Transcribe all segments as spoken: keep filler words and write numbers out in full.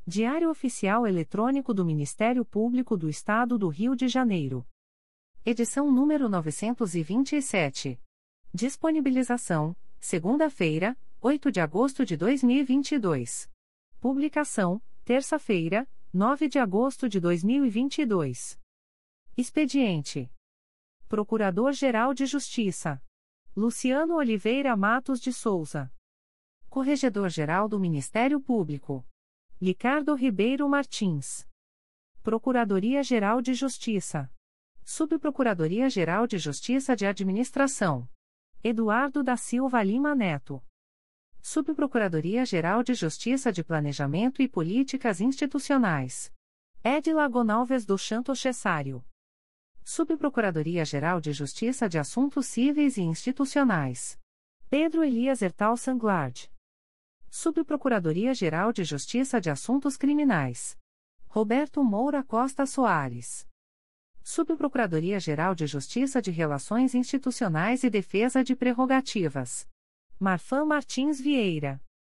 Diário Oficial Eletrônico do Ministério Público do Estado do Rio de Janeiro. Edição número novecentos e vinte e sete. Disponibilização: segunda-feira, oito de agosto de dois mil e vinte e dois. Publicação: terça-feira, nove de agosto de dois mil e vinte e dois. Expediente: Procurador-Geral de Justiça Luciano Oliveira Matos de Souza. Corregedor-Geral do Ministério Público Ricardo Ribeiro Martins. Procuradoria-Geral de Justiça. Subprocuradoria-Geral de Justiça de Administração. Eduardo da Silva Lima Neto. Subprocuradoria-Geral de Justiça de Planejamento e Políticas Institucionais. Edila Gonalves do Santos Cessário. Subprocuradoria-Geral de Justiça de Assuntos Cíveis e Institucionais. Pedro Elias Ertal Sanglard. Subprocuradoria-Geral de Justiça de Assuntos Criminais. Roberto Moura Costa Soares. Subprocuradoria-Geral de Justiça de Relações Institucionais e Defesa de Prerrogativas. Marfan Martins Vieira.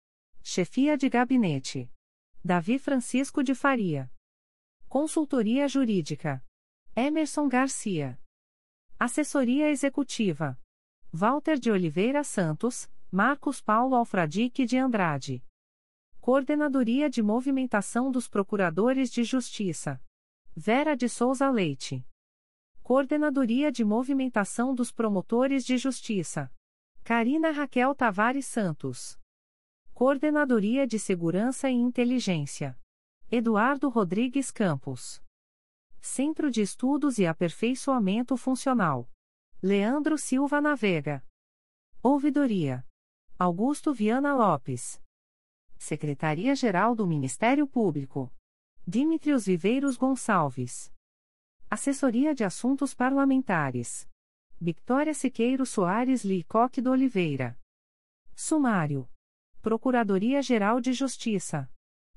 Chefia de Gabinete: Davi Francisco de Faria. Consultoria Jurídica: Emerson Garcia. Assessoria Executiva: Walter de Oliveira Santos, Marcos Paulo Alfradique de Andrade. Coordenadoria de Movimentação dos Procuradores de Justiça: Vera de Souza Leite. Coordenadoria de Movimentação dos Promotores de Justiça: Carina Raquel Tavares Santos. Coordenadoria de Segurança e Inteligência: Eduardo Rodrigues Campos. Centro de Estudos e Aperfeiçoamento Funcional: Leandro Silva Navega. Ouvidoria: Augusto Viana Lopes. Secretaria-Geral do Ministério Público: Dimitrios Viveiros Gonçalves. Assessoria de Assuntos Parlamentares: Victória Siqueiro Soares Licoque do Oliveira. Sumário: Procuradoria-Geral de Justiça.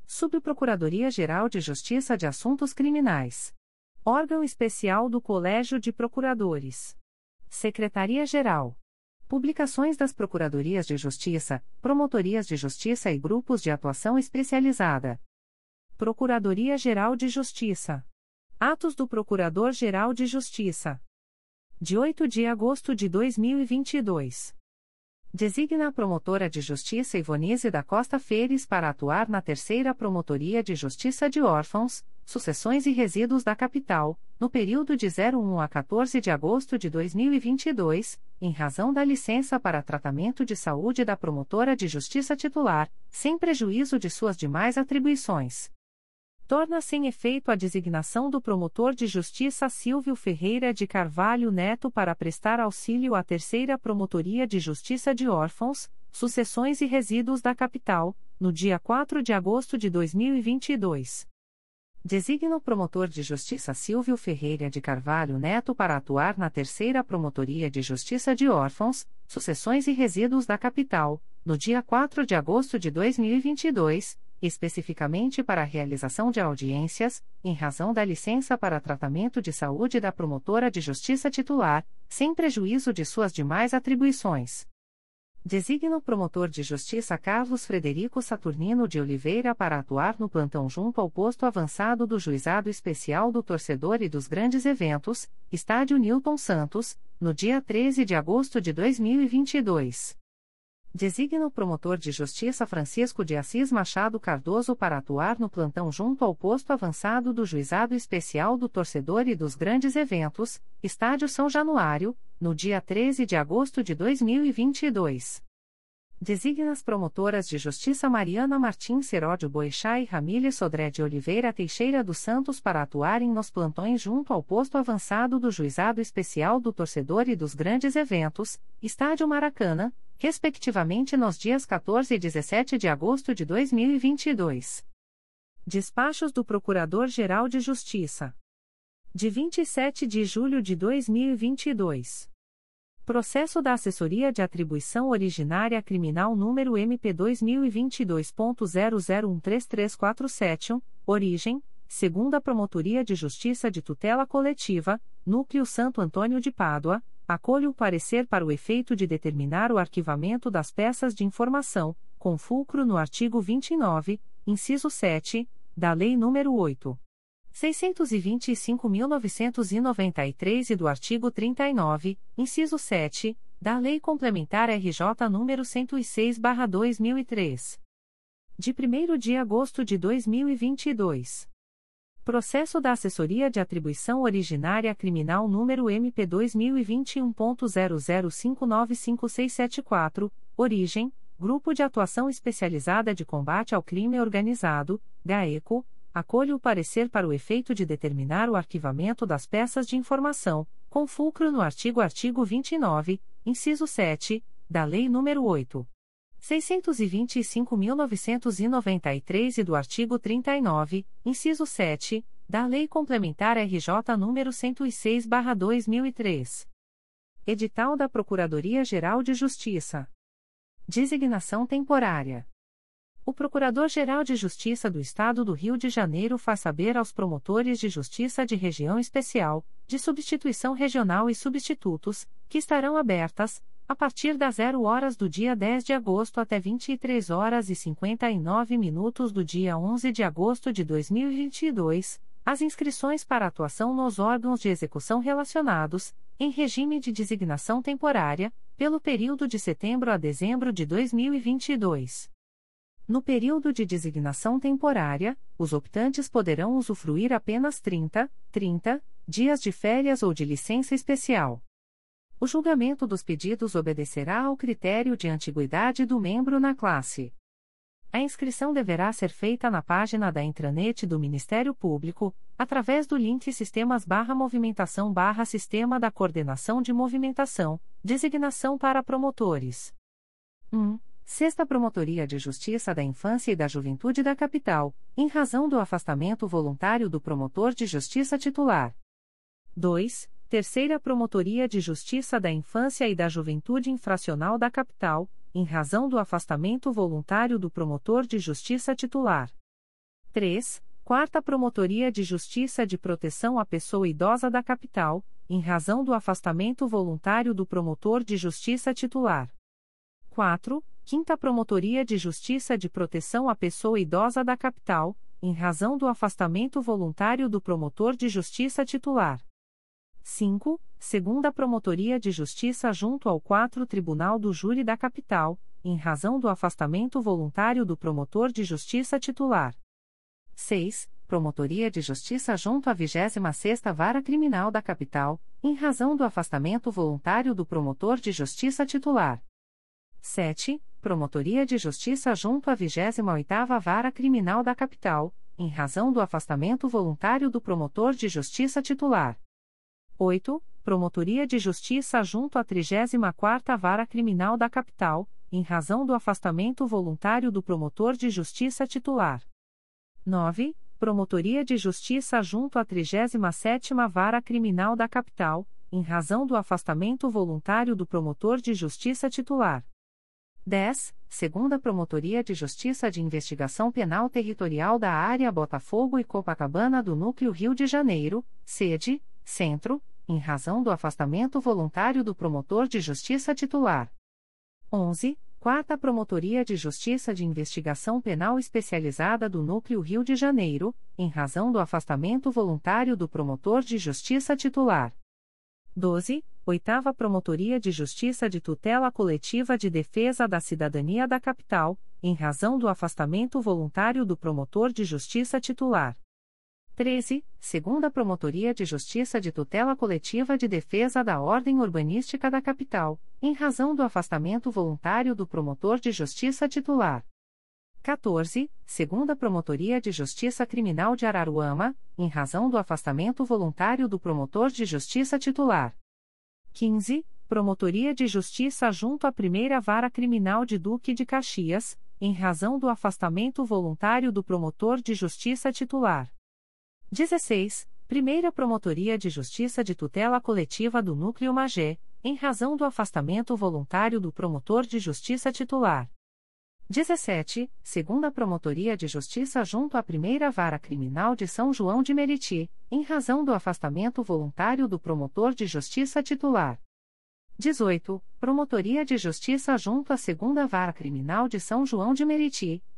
Subprocuradoria-Geral de Justiça de Assuntos Criminais. Órgão Especial do Colégio de Procuradores. Secretaria-Geral. Publicações das Procuradorias de Justiça, Promotorias de Justiça e Grupos de Atuação Especializada. Procuradoria-Geral de Justiça. Atos do Procurador-Geral de Justiça. De oito de agosto de dois mil e vinte e dois. Designa a promotora de Justiça Ivonise da Costa Feires para atuar na Terceira Promotoria de Justiça de Órfãos, Sucessões e Resíduos da Capital, no período de zero um a quatorze de agosto de dois mil e vinte e dois, em razão da licença para tratamento de saúde da promotora de justiça titular, sem prejuízo de suas demais atribuições. Torna sem efeito a designação do promotor de justiça Silvio Ferreira de Carvalho Neto para prestar auxílio à Terceira Promotoria de Justiça de Órfãos, Sucessões e Resíduos da Capital, no dia quatro de agosto de dois mil e vinte e dois. Designa o promotor de justiça Silvio Ferreira de Carvalho Neto para atuar na Terceira Promotoria de Justiça de Órfãos, Sucessões e Resíduos da Capital, no dia quatro de agosto de dois mil e vinte e dois, especificamente para a realização de audiências, em razão da licença para tratamento de saúde da promotora de justiça titular, sem prejuízo de suas demais atribuições. Designa o promotor de justiça Carlos Frederico Saturnino de Oliveira para atuar no plantão junto ao posto avançado do Juizado Especial do Torcedor e dos Grandes Eventos, Estádio Newton Santos, no dia treze de agosto de dois mil e vinte e dois. Designa o promotor de justiça Francisco de Assis Machado Cardoso para atuar no plantão junto ao posto avançado do Juizado Especial do Torcedor e dos Grandes Eventos, Estádio São Januário, no dia treze de agosto de dois mil e vinte e dois. Designa as promotoras de justiça Mariana Martins Seródio Boechat e Ramília Sodré de Oliveira Teixeira dos Santos para atuarem nos plantões junto ao posto avançado do Juizado Especial do Torcedor e dos Grandes Eventos, Estádio Maracanã, respectivamente nos dias quatorze e dezessete de agosto de dois mil e vinte e dois. Despachos do Procurador-Geral de Justiça. De vinte e sete de julho de dois mil e vinte e dois. Processo da Assessoria de Atribuição Originária Criminal número M P dois mil e vinte e dois ponto zero zero um três três quatro sete um, origem, segunda Promotoria de Justiça de Tutela Coletiva, Núcleo Santo Antônio de Pádua, acolho o parecer para o efeito de determinar o arquivamento das peças de informação, com fulcro no artigo vinte e nove, inciso sete, da Lei nº oito mil seiscentos e vinte e cinco mil novecentos e noventa e três e do artigo trinta e nove, inciso sete, da Lei Complementar R J nº cento e seis barra dois mil e três. De primeiro de agosto de dois mil e vinte e dois. Processo da Assessoria de Atribuição Originária Criminal número M P dois mil e vinte e um ponto zero zero cinco nove cinco seis sete quatro, origem, Grupo de Atuação Especializada de Combate ao Crime Organizado, GAECO, acolho o parecer para o efeito de determinar o arquivamento das peças de informação, com fulcro no artigo artigo vinte e nove, inciso sete, da Lei nº oito mil seiscentos e vinte e cinco mil novecentos e noventa e três e do artigo trinta e nove, inciso sete, da Lei Complementar R J nº cento e seis barra dois mil e três. Edital da Procuradoria-Geral de Justiça. Designação temporária. O Procurador-Geral de Justiça do Estado do Rio de Janeiro faz saber aos promotores de justiça de região especial, de substituição regional e substitutos, que estarão abertas, a partir das zero horas do dia dez de agosto até vinte e três horas e cinquenta e nove minutos do dia onze de agosto de dois mil e vinte e dois, as inscrições para atuação nos órgãos de execução relacionados, em regime de designação temporária, pelo período de setembro a dezembro de dois mil e vinte e dois. No período de designação temporária, os optantes poderão usufruir apenas trinta, trinta dias de férias ou de licença especial. O julgamento dos pedidos obedecerá ao critério de antiguidade do membro na classe. A inscrição deverá ser feita na página da intranet do Ministério Público, através do link sistemas barra movimentação barra sistema da coordenação de movimentação, designação para promotores. um. Sexta Promotoria de Justiça da Infância e da Juventude da Capital, em razão do afastamento voluntário do promotor de justiça titular. dois. Terceira Promotoria de Justiça da Infância e da Juventude Infracional da Capital, em razão do afastamento voluntário do promotor de justiça titular. três. Quarta Promotoria de Justiça de Proteção à Pessoa Idosa da Capital, em razão do afastamento voluntário do promotor de justiça titular. quatro. Quinta Promotoria de Justiça de Proteção à Pessoa Idosa da Capital, em razão do afastamento voluntário do promotor de justiça titular. cinco. Segunda Promotoria de Justiça junto ao quatro Tribunal do Júri da Capital, em razão do afastamento voluntário do promotor de justiça titular. seis. Promotoria de Justiça junto à vigésima sexta Vara Criminal da Capital, em razão do afastamento voluntário do promotor de justiça titular. sete. Promotoria de Justiça junto à vigésima oitava Vara Criminal da Capital, em razão do afastamento voluntário do promotor de justiça titular. oito. Promotoria de Justiça junto à trigésima quarta Vara Criminal da Capital, em razão do afastamento voluntário do promotor de justiça titular. nove. Promotoria de Justiça junto à trigésima sétima Vara Criminal da Capital, em razão do afastamento voluntário do promotor de justiça titular. dez. Segunda Promotoria de Justiça de Investigação Penal Territorial da Área Botafogo e Copacabana do Núcleo Rio de Janeiro, sede, Centro, em razão do afastamento voluntário do promotor de justiça titular. onze. Quarta Promotoria de Justiça de Investigação Penal Especializada do Núcleo Rio de Janeiro, em razão do afastamento voluntário do promotor de justiça titular. doze. Oitava Promotoria de Justiça de Tutela Coletiva de Defesa da Cidadania da Capital, em razão do afastamento voluntário do promotor de justiça titular. treze. Segunda Promotoria de Justiça de Tutela Coletiva de Defesa da Ordem Urbanística da Capital, em razão do afastamento voluntário do promotor de justiça titular. quatorze. Segunda Promotoria de Justiça Criminal de Araruama, em razão do afastamento voluntário do promotor de justiça titular. quinze. Promotoria de Justiça junto à Primeira Vara Criminal de Duque de Caxias, em razão do afastamento voluntário do promotor de justiça titular. dezesseis. Primeira Promotoria de Justiça de Tutela Coletiva do Núcleo Magé, em razão do afastamento voluntário do promotor de justiça titular. dezessete. Segunda Promotoria de Justiça junto à Primeira Vara Criminal de São João de Meriti, em razão do afastamento voluntário do promotor de justiça titular. dezoito. Promotoria de Justiça junto à Segunda Vara Criminal de São João de Meriti,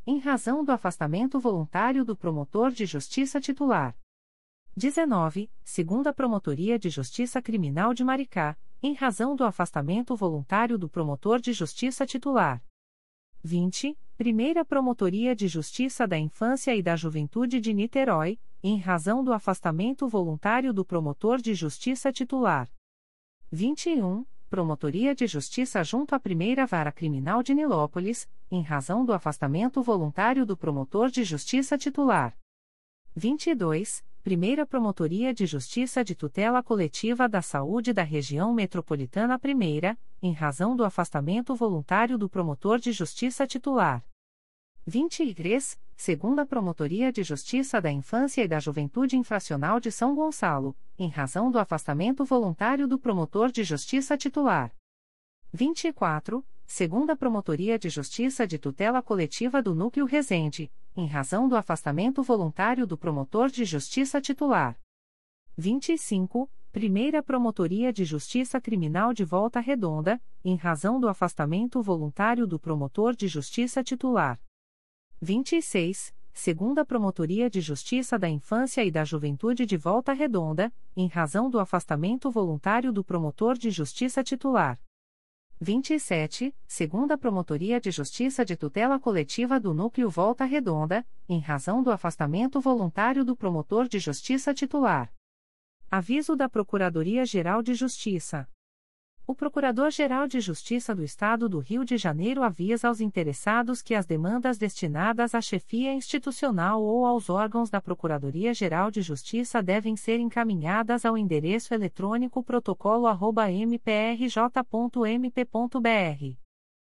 em razão do afastamento voluntário do promotor de justiça titular. dezenove, segunda Promotoria de Justiça Criminal de Maricá, em razão do afastamento voluntário do promotor de justiça titular. vinte, primeira Promotoria de Justiça da Infância e da Juventude de Niterói, em razão do afastamento voluntário do promotor de justiça titular. vinte e um, Promotoria de Justiça junto à Primeira Vara Criminal de Nilópolis, em razão do afastamento voluntário do promotor de justiça titular. vinte e dois, Primeira Promotoria de Justiça de Tutela Coletiva da Saúde da Região Metropolitana Primeira, em razão do afastamento voluntário do promotor de justiça titular. vinte e três, Segunda Promotoria de Justiça da Infância e da Juventude Infracional de São Gonçalo, em razão do afastamento voluntário do promotor de justiça titular. vinte e quatro, Segunda Promotoria de Justiça de Tutela Coletiva do Núcleo Resende, em razão do afastamento voluntário do promotor de justiça titular. vinte e cinco, Primeira Promotoria de Justiça Criminal de Volta Redonda, em razão do afastamento voluntário do promotor de justiça titular. vinte e seis, Segunda Promotoria de Justiça da Infância e da Juventude de Volta Redonda, em razão do afastamento voluntário do promotor de justiça titular. vinte e sete, Segunda Promotoria de Justiça de Tutela Coletiva do Núcleo Volta Redonda, em razão do afastamento voluntário do promotor de justiça titular. Aviso da Procuradoria-Geral de Justiça. O Procurador-Geral de Justiça do Estado do Rio de Janeiro avisa aos interessados que as demandas destinadas à chefia institucional ou aos órgãos da Procuradoria-Geral de Justiça devem ser encaminhadas ao endereço eletrônico protocolo arroba m p r j ponto m p ponto b r.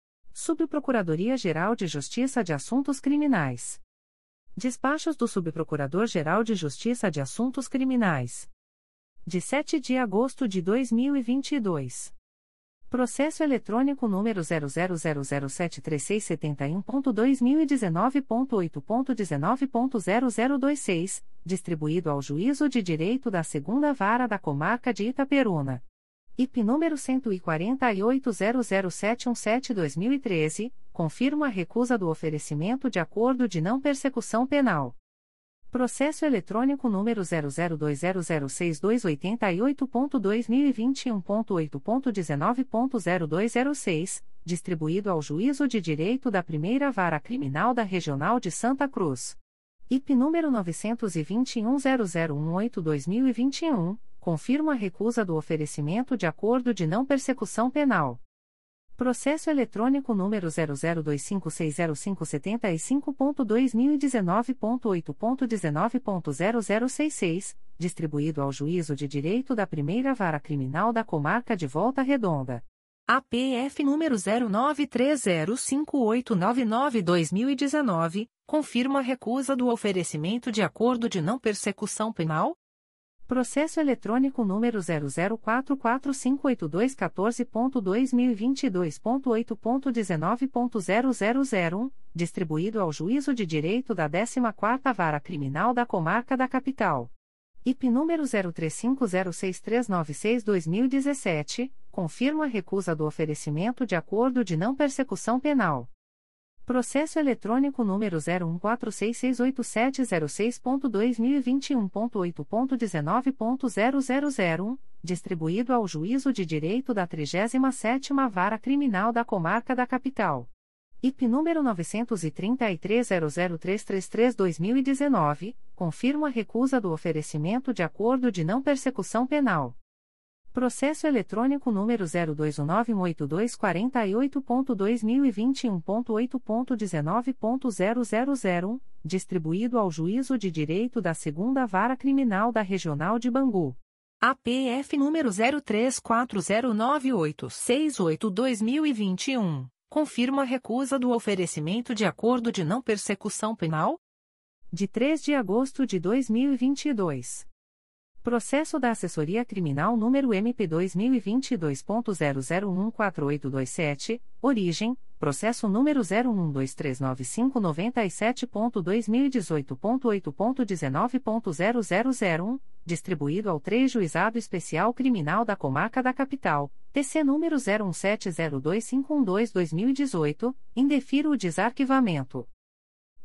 Subprocuradoria-Geral de Justiça de Assuntos Criminais. Despachos do Subprocurador-Geral de Justiça de Assuntos Criminais. De sete de agosto de dois mil e vinte e dois. Processo eletrônico número zero zero zero zero sete três seis sete um ponto dois mil e dezenove ponto oito ponto dezenove ponto zero zero dois seis, distribuído ao Juízo de Direito da Segunda Vara da Comarca de Itaperuna. I P número cento e quarenta e oito zero zero sete um sete barra dois mil e treze, confirmo a recusa do oferecimento de acordo de não persecução penal. Processo eletrônico número zero zero dois zero zero seis dois oito oito ponto dois mil e vinte e um ponto oito ponto dezenove ponto zero dois zero seis, distribuído ao Juízo de Direito da Primeira Vara Criminal da Regional de Santa Cruz. I P número nove dois um zero zero um oito barra dois mil e vinte e um, confirmo a recusa do oferecimento de acordo de não persecução penal. Processo eletrônico número zero zero dois cinco seis zero cinco sete cinco ponto dois mil e dezenove ponto oito ponto dezenove ponto zero zero seis seis, distribuído ao Juízo de Direito da Primeira Vara Criminal da Comarca de Volta Redonda. A P F número zero nove três zero cinco oito nove nove barra dois mil e dezenove, confirma a recusa do oferecimento de acordo de não persecução penal. Processo eletrônico número zero zero quatro quatro cinco oito dois um quatro ponto dois mil e vinte e dois ponto oito ponto dezenove ponto zero zero zero um, distribuído ao Juízo de Direito da décima quarta Vara Criminal da Comarca da Capital. I P número zero três cinco zero seis três nove seis barra dois mil e dezessete, confirma a recusa do oferecimento de acordo de não persecução penal. Processo eletrônico número zero um quatro seis seis oito sete zero seis ponto dois mil e vinte e um ponto oito ponto dezenove ponto zero zero zero um, distribuído ao Juízo de Direito da trigésima sétima Vara Criminal da Comarca da Capital. I P número nove três três zero zero três três três barra dois mil e dezenove, confirma a recusa do oferecimento de acordo de não persecução penal. Processo eletrônico número zero dois um nove um oito dois quatro oito ponto dois mil e vinte e um ponto oito ponto dezenove ponto zero zero zero um, distribuído ao Juízo de Direito da Segunda Vara Criminal da Regional de Bangu. A P F número zero três quatro zero nove oito seis oito barra dois mil e vinte e um, confirma a recusa do oferecimento de acordo de não persecução penal. De três de agosto de dois mil e vinte e dois. Processo da Assessoria Criminal número M P dois mil e vinte e dois ponto zero zero um quatro oito dois sete, origem, processo número zero um dois três nove cinco nove sete ponto dois mil e dezoito ponto oito ponto dezenove ponto zero zero zero um, distribuído ao três Juizado Especial Criminal da Comarca da Capital, T C número zero um sete zero dois cinco um dois barra dois mil e dezoito, indefiro o desarquivamento.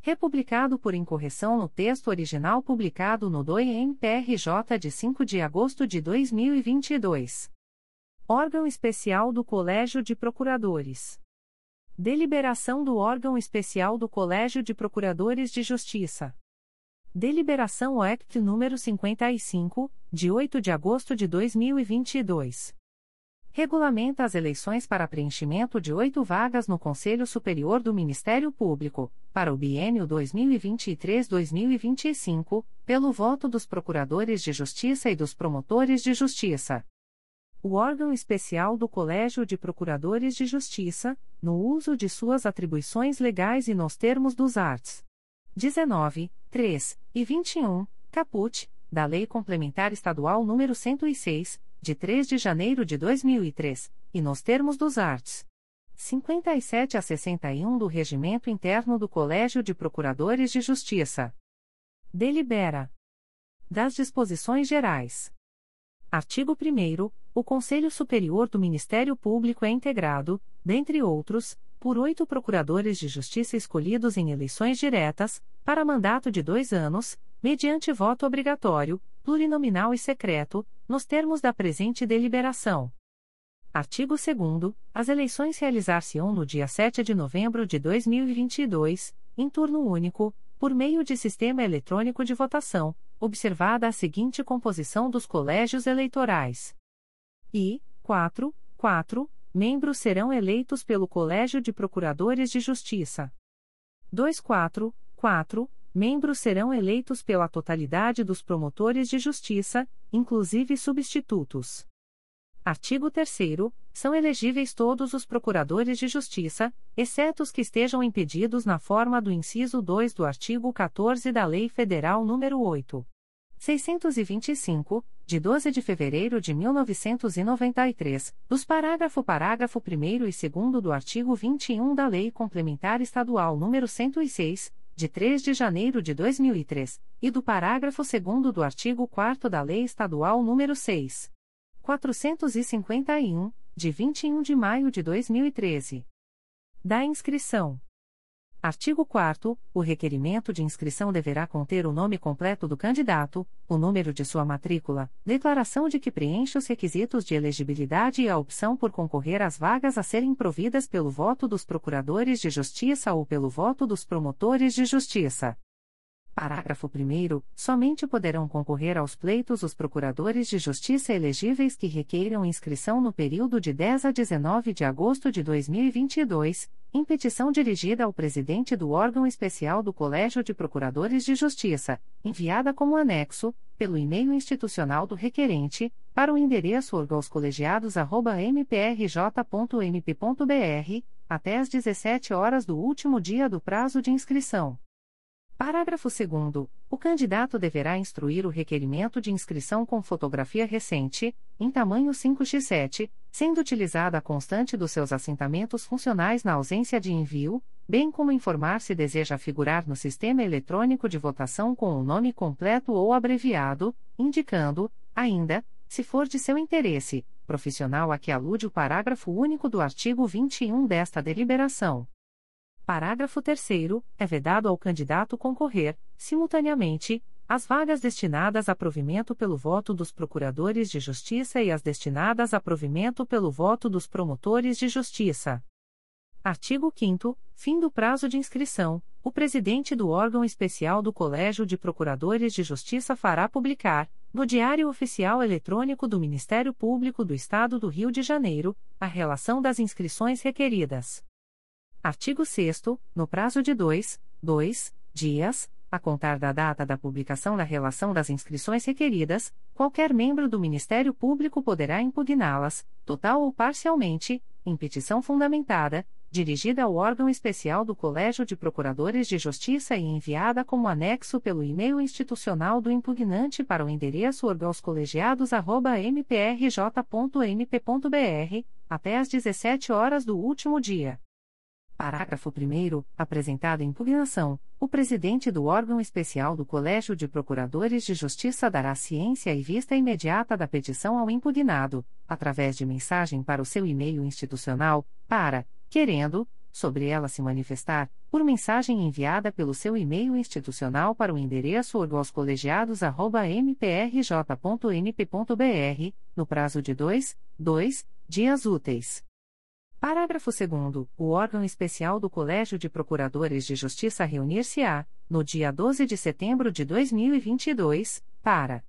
Republicado por incorreção no texto original publicado no D O I-M P R J de cinco de agosto de dois mil e vinte e dois. Órgão Especial do Colégio de Procuradores. Deliberação do Órgão Especial do Colégio de Procuradores de Justiça. Deliberação O E C T número cinquenta e cinco, de oito de agosto de dois mil e vinte e dois. Regulamenta as eleições para preenchimento de oito vagas no Conselho Superior do Ministério Público, para o biênio dois mil e vinte e três a dois mil e vinte e cinco, pelo voto dos Procuradores de Justiça e dos Promotores de Justiça. O órgão especial do Colégio de Procuradores de Justiça, no uso de suas atribuições legais e nos termos dos arts. dezenove, três e vinte e um, caput, da Lei Complementar Estadual número cento e seis, de três de janeiro de dois mil e três, e nos termos dos arts. cinquenta e sete a sessenta e um do Regimento Interno do Colégio de Procuradores de Justiça. Delibera. Das disposições gerais. Artigo primeiro. O Conselho Superior do Ministério Público é integrado, dentre outros, por oito procuradores de justiça escolhidos em eleições diretas, para mandato de dois anos, mediante voto obrigatório, plurinominal e secreto, nos termos da presente deliberação. Artigo segundo. As eleições realizar-se-ão no dia sete de novembro de dois mil e vinte e dois, em turno único, por meio de sistema eletrônico de votação, observada a seguinte composição dos colégios eleitorais. E, quatro, quatro, membros serão eleitos pelo Colégio de Procuradores de Justiça. dois, quatro, quatro, membros serão eleitos pela totalidade dos promotores de justiça, inclusive substitutos. Artigo terceiro. São elegíveis todos os procuradores de justiça, exceto os que estejam impedidos na forma do inciso dois do artigo quatorze da Lei Federal nº oito mil seiscentos e vinte e cinco, de doze de fevereiro de mil novecentos e noventa e três, dos parágrafo parágrafo primeiro e segundo do artigo vinte e um da Lei Complementar Estadual nº cento e seis, de três de janeiro de dois mil e três, e do parágrafo segundo do artigo quarto da Lei Estadual nº seis mil quatrocentos e cinquenta e um, de vinte e um de maio de dois mil e treze. Da inscrição. Artigo quarto. O requerimento de inscrição deverá conter o nome completo do candidato, o número de sua matrícula, declaração de que preenche os requisitos de elegibilidade e a opção por concorrer às vagas a serem providas pelo voto dos procuradores de justiça ou pelo voto dos promotores de justiça. Parágrafo primeiro. Somente poderão concorrer aos pleitos os procuradores de justiça elegíveis que requeiram inscrição no período de dez a dezenove de agosto de dois mil e vinte e dois, em petição dirigida ao presidente do órgão especial do Colégio de Procuradores de Justiça, enviada como anexo, pelo e-mail institucional do requerente, para o endereço orgãoscolegiados arroba m p r j ponto m p ponto b r, até às dezessete horas do último dia do prazo de inscrição. Parágrafo segundo. O candidato deverá instruir o requerimento de inscrição com fotografia recente, em tamanho cinco por sete, sendo utilizada a constante dos seus assentamentos funcionais na ausência de envio, bem como informar se deseja figurar no sistema eletrônico de votação com o nome completo ou abreviado, indicando, ainda, se for de seu interesse, profissional a que alude o parágrafo único do artigo vinte e um desta deliberação. Parágrafo terceiro. É vedado ao candidato concorrer, simultaneamente, às vagas destinadas a provimento pelo voto dos procuradores de justiça e às destinadas a provimento pelo voto dos promotores de justiça. Artigo quinto. Fim do prazo de inscrição. O presidente do órgão especial do Colégio de Procuradores de Justiça fará publicar, no Diário Oficial Eletrônico do Ministério Público do Estado do Rio de Janeiro, a relação das inscrições requeridas. Artigo sexto. No prazo de dois, dois dias, a contar da data da publicação da relação das inscrições requeridas, qualquer membro do Ministério Público poderá impugná-las, total ou parcialmente, em petição fundamentada, dirigida ao órgão especial do Colégio de Procuradores de Justiça e enviada como anexo pelo e-mail institucional do impugnante para o endereço orgãoscolegiados arroba m p r j ponto m p ponto b r, até às dezessete horas do último dia. Parágrafo primeiro. Apresentada impugnação, o presidente do órgão especial do Colégio de Procuradores de Justiça dará ciência e vista imediata da petição ao impugnado, através de mensagem para o seu e-mail institucional, para, querendo, sobre ela se manifestar, por mensagem enviada pelo seu e-mail institucional para o endereço orgoscolegiados arroba m p r j ponto m p ponto b r, no prazo de dois, dois dias úteis. Parágrafo segundo. O órgão especial do Colégio de Procuradores de Justiça reunir-se-á, no dia doze de setembro de dois mil e vinte e dois, para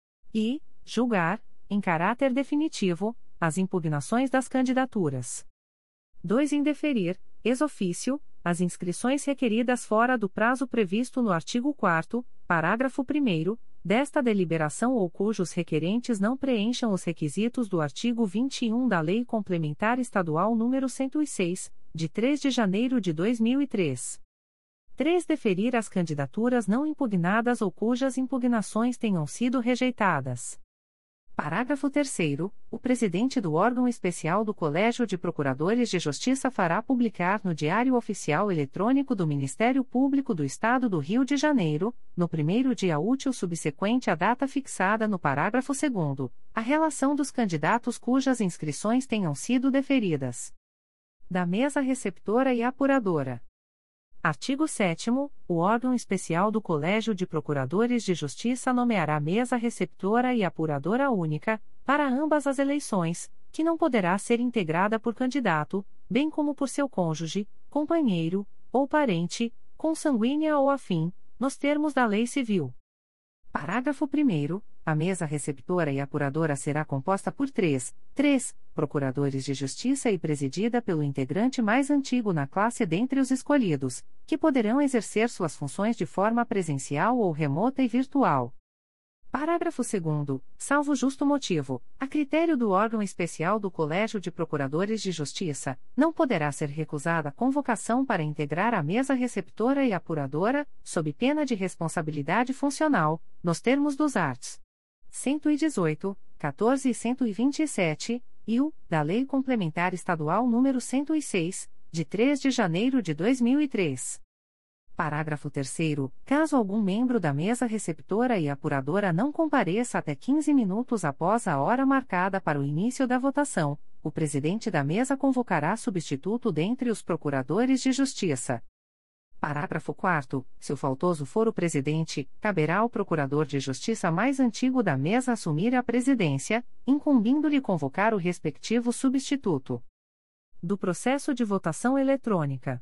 e julgar, em caráter definitivo, as impugnações das candidaturas. dois Indeferir, ex officio, as inscrições requeridas fora do prazo previsto no artigo quarto, parágrafo primeiro, desta deliberação ou cujos requerentes não preencham os requisitos do artigo vinte e um da Lei Complementar Estadual nº cento e seis, de três de janeiro de dois mil e três. três Deferir as candidaturas não impugnadas ou cujas impugnações tenham sido rejeitadas. Parágrafo terceiro. O presidente do órgão especial do Colégio de Procuradores de Justiça fará publicar no Diário Oficial Eletrônico do Ministério Público do Estado do Rio de Janeiro, no primeiro dia útil subsequente à data fixada no parágrafo segundo, a relação dos candidatos cujas inscrições tenham sido deferidas. Da mesa receptora e apuradora. Artigo sétimo. O órgão especial do Colégio de Procuradores de Justiça nomeará mesa receptora e apuradora única, para ambas as eleições, que não poderá ser integrada por candidato, bem como por seu cônjuge, companheiro, ou parente, consanguínea ou afim, nos termos da Lei Civil. Parágrafo primeiro. A mesa receptora e apuradora será composta por três, três procuradores de justiça e presidida pelo integrante mais antigo na classe dentre os escolhidos, que poderão exercer suas funções de forma presencial ou remota e virtual. Parágrafo segundo. Salvo justo motivo, a critério do órgão especial do Colégio de Procuradores de Justiça, não poderá ser recusada a convocação para integrar a mesa receptora e apuradora, sob pena de responsabilidade funcional, nos termos dos arts. cento e dezoito, quatorze e cento e vinte e sete, e o, da Lei Complementar Estadual nº cento e seis, de três de janeiro de dois mil e três. Parágrafo terceiro. Caso algum membro da mesa receptora e apuradora não compareça até quinze minutos após a hora marcada para o início da votação, o presidente da mesa convocará substituto dentre os procuradores de justiça. Parágrafo quarto. Se o faltoso for o presidente, caberá ao procurador de justiça mais antigo da mesa assumir a presidência, incumbindo-lhe convocar o respectivo substituto. Do processo de votação eletrônica.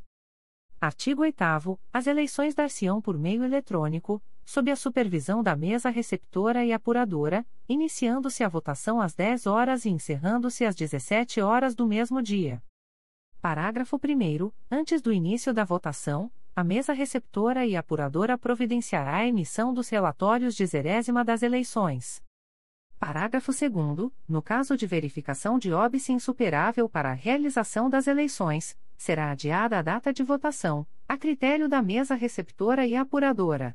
Artigo oitavo. As eleições dar-se-ão por meio eletrônico, sob a supervisão da mesa receptora e apuradora, iniciando-se a votação às dez horas e encerrando-se às dezessete horas do mesmo dia. Parágrafo primeiro. Antes do início da votação, a mesa receptora e apuradora providenciará a emissão dos relatórios de zerésima das eleições. Parágrafo segundo. No caso de verificação de óbice insuperável para a realização das eleições, será adiada a data de votação, a critério da mesa receptora e apuradora.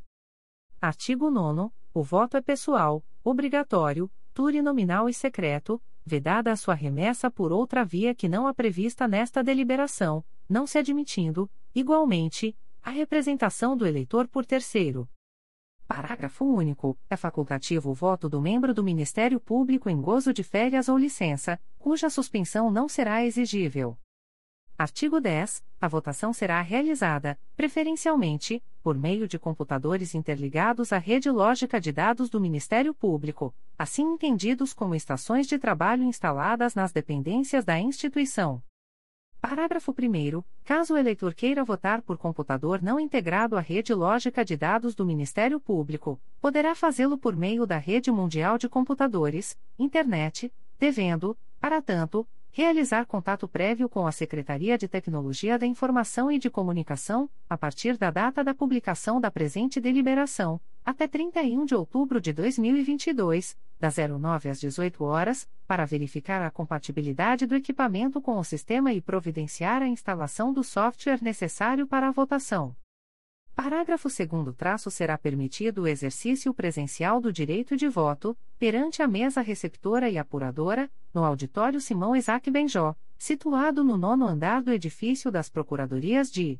Artigo nono. O voto é pessoal, obrigatório, plurinominal e secreto, vedada a sua remessa por outra via que não a prevista nesta deliberação, não se admitindo, igualmente, a representação do eleitor por terceiro. Parágrafo único. É facultativo o voto do membro do Ministério Público em gozo de férias ou licença, cuja suspensão não será exigível. Artigo dez. A votação será realizada, preferencialmente, por meio de computadores interligados à rede lógica de dados do Ministério Público, assim entendidos como estações de trabalho instaladas nas dependências da instituição. Parágrafo primeiro. Caso o eleitor queira votar por computador não integrado à rede lógica de dados do Ministério Público, poderá fazê-lo por meio da Rede Mundial de Computadores, internet, devendo, para tanto, realizar contato prévio com a Secretaria de Tecnologia da Informação e de Comunicação, a partir da data da publicação da presente deliberação, até trinta e um de outubro de dois mil e vinte e dois, das nove às dezoito horas, para verificar a compatibilidade do equipamento com o sistema e providenciar a instalação do software necessário para a votação. Parágrafo segundo traço será permitido o exercício presencial do direito de voto, perante a mesa receptora e apuradora, no auditório Simão Isaac Benjó, situado no nono andar do edifício das Procuradorias de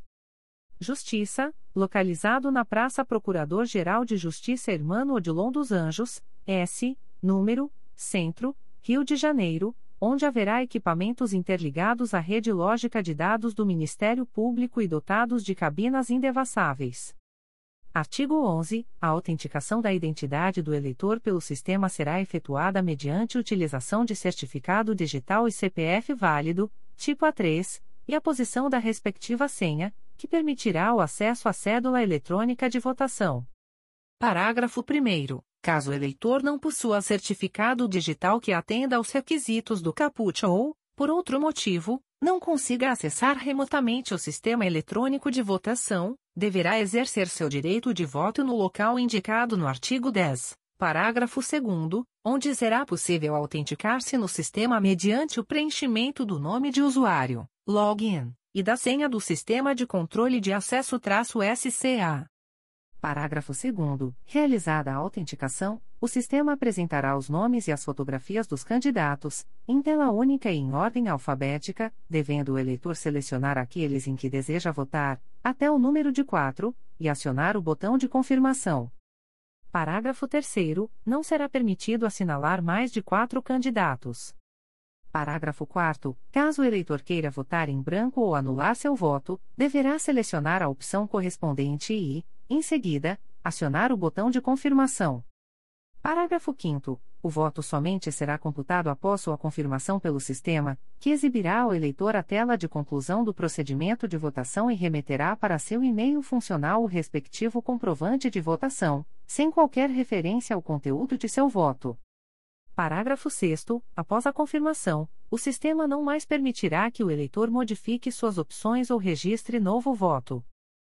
Justiça, localizado na Praça Procurador-Geral de Justiça Hermano Odilon dos Anjos, S, número, Centro, Rio de Janeiro, onde haverá equipamentos interligados à rede lógica de dados do Ministério Público e dotados de cabinas indevassáveis. Artigo onze. A autenticação da identidade do eleitor pelo sistema será efetuada mediante utilização de certificado digital e C P F válido, tipo A três, e a posição da respectiva senha, que permitirá o acesso à cédula eletrônica de votação. Parágrafo primeiro. Caso o eleitor não possua certificado digital que atenda aos requisitos do caput ou, por outro motivo, não consiga acessar remotamente o sistema eletrônico de votação, deverá exercer seu direito de voto no local indicado no artigo dez, parágrafo segundo, onde será possível autenticar-se no sistema mediante o preenchimento do nome de usuário, login, e da senha do sistema de controle de acesso-S C A. Parágrafo segundo. Realizada a autenticação, o sistema apresentará os nomes e as fotografias dos candidatos, em tela única e em ordem alfabética, devendo o eleitor selecionar aqueles em que deseja votar, até o número de quatro, e acionar o botão de confirmação. Parágrafo terceiro. Não será permitido assinalar mais de quatro candidatos. Parágrafo quarto. Caso o eleitor queira votar em branco ou anular seu voto, deverá selecionar a opção correspondente e, em seguida, acionar o botão de confirmação. Parágrafo quinto. O voto somente será computado após sua confirmação pelo sistema, que exibirá ao eleitor a tela de conclusão do procedimento de votação e remeterá para seu e-mail funcional o respectivo comprovante de votação, sem qualquer referência ao conteúdo de seu voto. Parágrafo sexto. Após a confirmação, o sistema não mais permitirá que o eleitor modifique suas opções ou registre novo voto.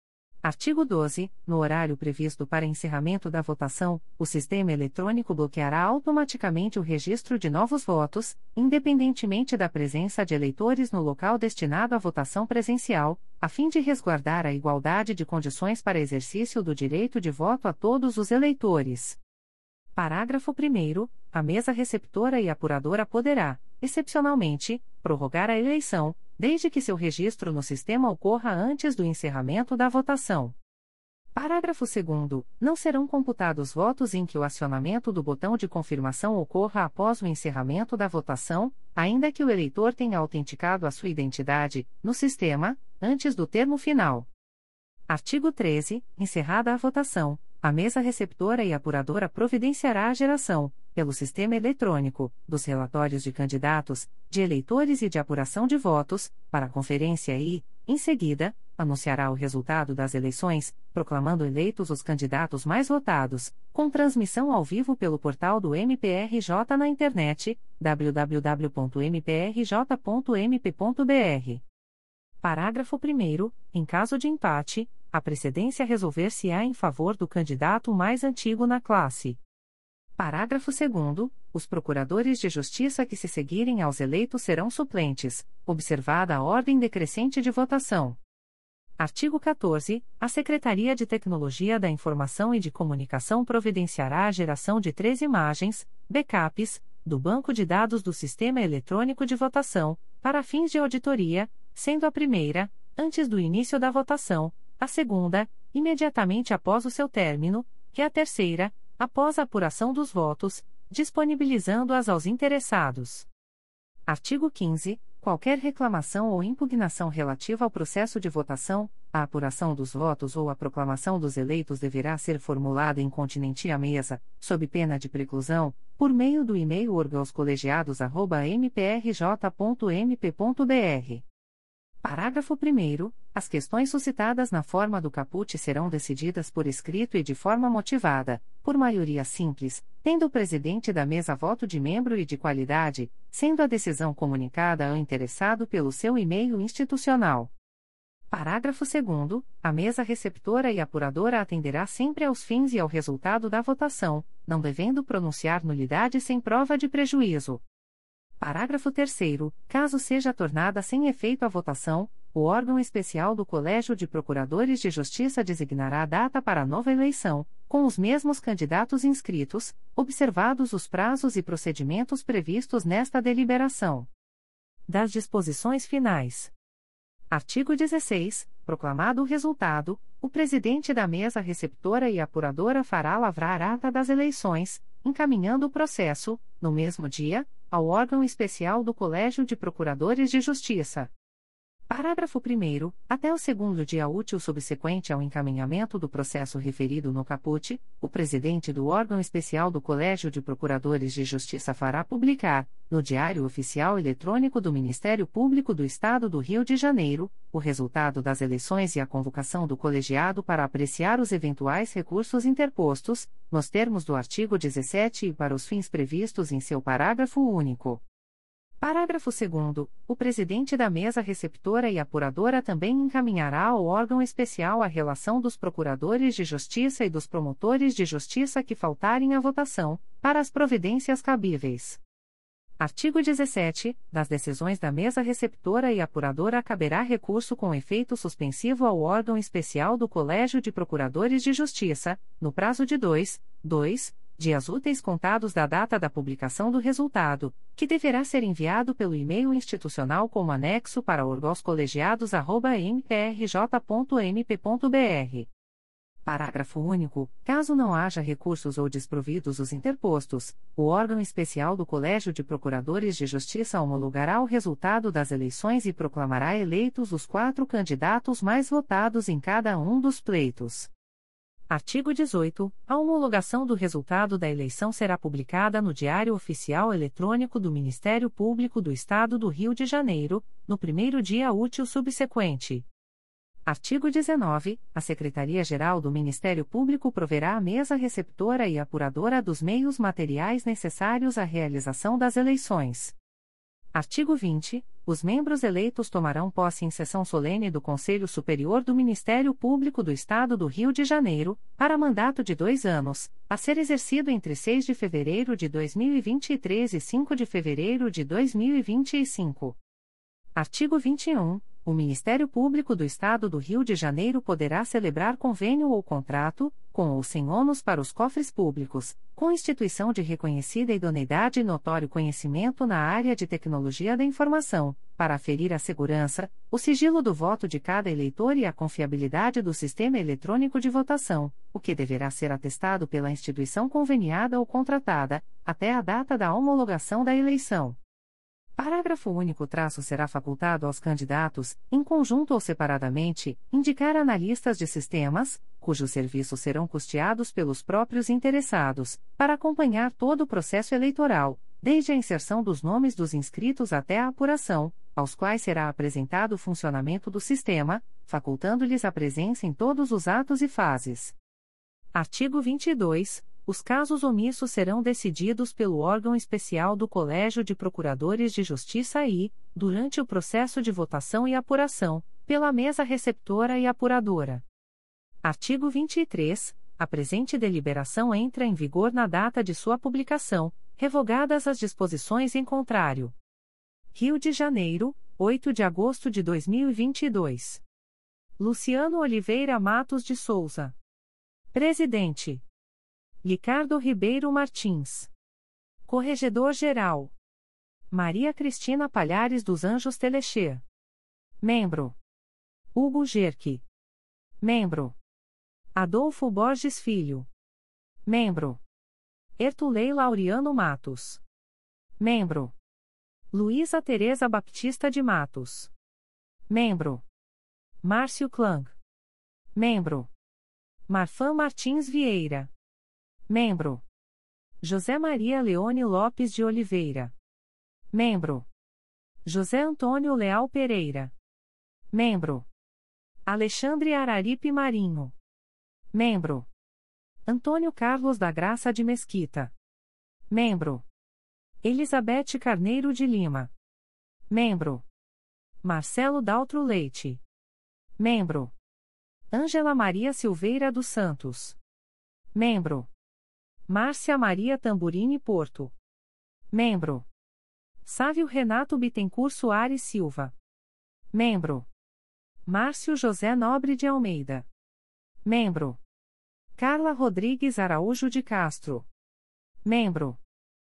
Artigo doze. No horário previsto para encerramento da votação, o sistema eletrônico bloqueará automaticamente o registro de novos votos, independentemente da presença de eleitores no local destinado à votação presencial, a fim de resguardar a igualdade de condições para exercício do direito de voto a todos os eleitores. Parágrafo primeiro. A mesa receptora e apuradora poderá, excepcionalmente, prorrogar a eleição, desde que seu registro no sistema ocorra antes do encerramento da votação. Parágrafo segundo. Não serão computados votos em que o acionamento do botão de confirmação ocorra após o encerramento da votação, ainda que o eleitor tenha autenticado a sua identidade, no sistema, antes do termo final. Artigo treze. Encerrada a votação, a mesa receptora e apuradora providenciará a geração, pelo sistema eletrônico, dos relatórios de candidatos, de eleitores e de apuração de votos, para a conferência e, em seguida, anunciará o resultado das eleições, proclamando eleitos os candidatos mais votados, com transmissão ao vivo pelo portal do M P R J na internet, w w w ponto m p r j ponto m p ponto b r. Parágrafo primeiro. Em caso de empate, a precedência resolver-se-á em favor do candidato mais antigo na classe. Parágrafo segundo. Os procuradores de justiça que se seguirem aos eleitos serão suplentes, observada a ordem decrescente de votação. Artigo quatorze. A Secretaria de Tecnologia da Informação e de Comunicação providenciará a geração de três imagens, backups, do banco de dados do Sistema Eletrônico de Votação, para fins de auditoria, sendo a primeira, antes do início da votação, a segunda, imediatamente após o seu término, e a terceira, após a apuração dos votos, disponibilizando-as aos interessados. Artigo quinze. Qualquer reclamação ou impugnação relativa ao processo de votação, a apuração dos votos ou a proclamação dos eleitos deverá ser formulada em continente à mesa, sob pena de preclusão, por meio do e-mail orgãoscolegiados arroba m p r j ponto m p ponto b r. Parágrafo primeiro. As questões suscitadas na forma do caput serão decididas por escrito e de forma motivada, por maioria simples, tendo o presidente da mesa voto de membro e de qualidade, sendo a decisão comunicada ao interessado pelo seu e-mail institucional. Parágrafo segundo. A mesa receptora e apuradora atenderá sempre aos fins e ao resultado da votação, não devendo pronunciar nulidade sem prova de prejuízo. Parágrafo terceiro. Caso seja tornada sem efeito a votação, o órgão especial do Colégio de Procuradores de Justiça designará a data para a nova eleição, com os mesmos candidatos inscritos, observados os prazos e procedimentos previstos nesta deliberação. Das disposições finais. Artigo dezesseis. Proclamado o resultado, o presidente da mesa receptora e apuradora fará lavrar ata das eleições, encaminhando o processo, no mesmo dia, ao órgão especial do Colégio de Procuradores de Justiça. Parágrafo primeiro. Até o segundo dia útil subsequente ao encaminhamento do processo referido no caput, o presidente do órgão especial do Colégio de Procuradores de Justiça fará publicar, no Diário Oficial Eletrônico do Ministério Público do Estado do Rio de Janeiro, o resultado das eleições e a convocação do colegiado para apreciar os eventuais recursos interpostos, nos termos do artigo dezessete e para os fins previstos em seu parágrafo único. Parágrafo segundo. O presidente da mesa receptora e apuradora também encaminhará ao órgão especial a relação dos procuradores de justiça e dos promotores de justiça que faltarem à votação, para as providências cabíveis. Artigo dezessete. Das decisões da mesa receptora e apuradora caberá recurso com efeito suspensivo ao órgão especial do Colégio de Procuradores de Justiça, no prazo de dois, dois dias úteis contados da data da publicação do resultado, que deverá ser enviado pelo e-mail institucional como anexo para orgoscolegiados arroba m p r j ponto m p ponto b r. Parágrafo único. Caso não haja recursos ou desprovidos os interpostos, o órgão especial do Colégio de Procuradores de Justiça homologará o resultado das eleições e proclamará eleitos os quatro candidatos mais votados em cada um dos pleitos. Artigo dezoito. A homologação do resultado da eleição será publicada no Diário Oficial Eletrônico do Ministério Público do Estado do Rio de Janeiro, no primeiro dia útil subsequente. Artigo dezenove. A Secretaria-Geral do Ministério Público proverá à mesa receptora e apuradora dos meios materiais necessários à realização das eleições. Artigo vinte. Os membros eleitos tomarão posse em sessão solene do Conselho Superior do Ministério Público do Estado do Rio de Janeiro, para mandato de dois anos, a ser exercido entre seis de fevereiro de dois mil e vinte e três e cinco de fevereiro de dois mil e vinte e cinco. Artigo vinte e um. O Ministério Público do Estado do Rio de Janeiro poderá celebrar convênio ou contrato, com ou sem ônus para os cofres públicos, com instituição de reconhecida idoneidade e notório conhecimento na área de tecnologia da informação, para aferir a segurança, o sigilo do voto de cada eleitor e a confiabilidade do sistema eletrônico de votação, o que deverá ser atestado pela instituição conveniada ou contratada, até a data da homologação da eleição. Parágrafo único. Traço será facultado aos candidatos, em conjunto ou separadamente, indicar analistas de sistemas, cujos serviços serão custeados pelos próprios interessados, para acompanhar todo o processo eleitoral, desde a inserção dos nomes dos inscritos até a apuração, aos quais será apresentado o funcionamento do sistema, facultando-lhes a presença em todos os atos e fases. Artigo vinte e dois. Os casos omissos serão decididos pelo órgão especial do Colégio de Procuradores de Justiça e, durante o processo de votação e apuração, pela mesa receptora e apuradora. Artigo vinte e três. A presente deliberação entra em vigor na data de sua publicação, revogadas as disposições em contrário. Rio de Janeiro, oito de agosto de dois mil e vinte e dois. Luciano Oliveira Matos de Souza. Presidente. Ricardo Ribeiro Martins. Corregedor-Geral. Maria Cristina Palhares dos Anjos Telexer. Membro. Hugo Gerque. Membro. Adolfo Borges Filho. Membro. Ertulei Laureano Matos. Membro. Luísa Tereza Baptista de Matos. Membro. Márcio Klang. Membro. Marfan Martins Vieira. Membro. José Maria Leone Lopes de Oliveira. Membro. José Antônio Leal Pereira. Membro. Alexandre Araripe Marinho. Membro. Antônio Carlos da Graça de Mesquita. Membro. Elizabeth Carneiro de Lima. Membro. Marcelo Daltro Leite. Membro. Ângela Maria Silveira dos Santos. Membro. Márcia Maria Tamburini Porto. Membro. Sávio Renato Bittencourt Soares Silva. Membro. Márcio José Nobre de Almeida. Membro. Carla Rodrigues Araújo de Castro. Membro.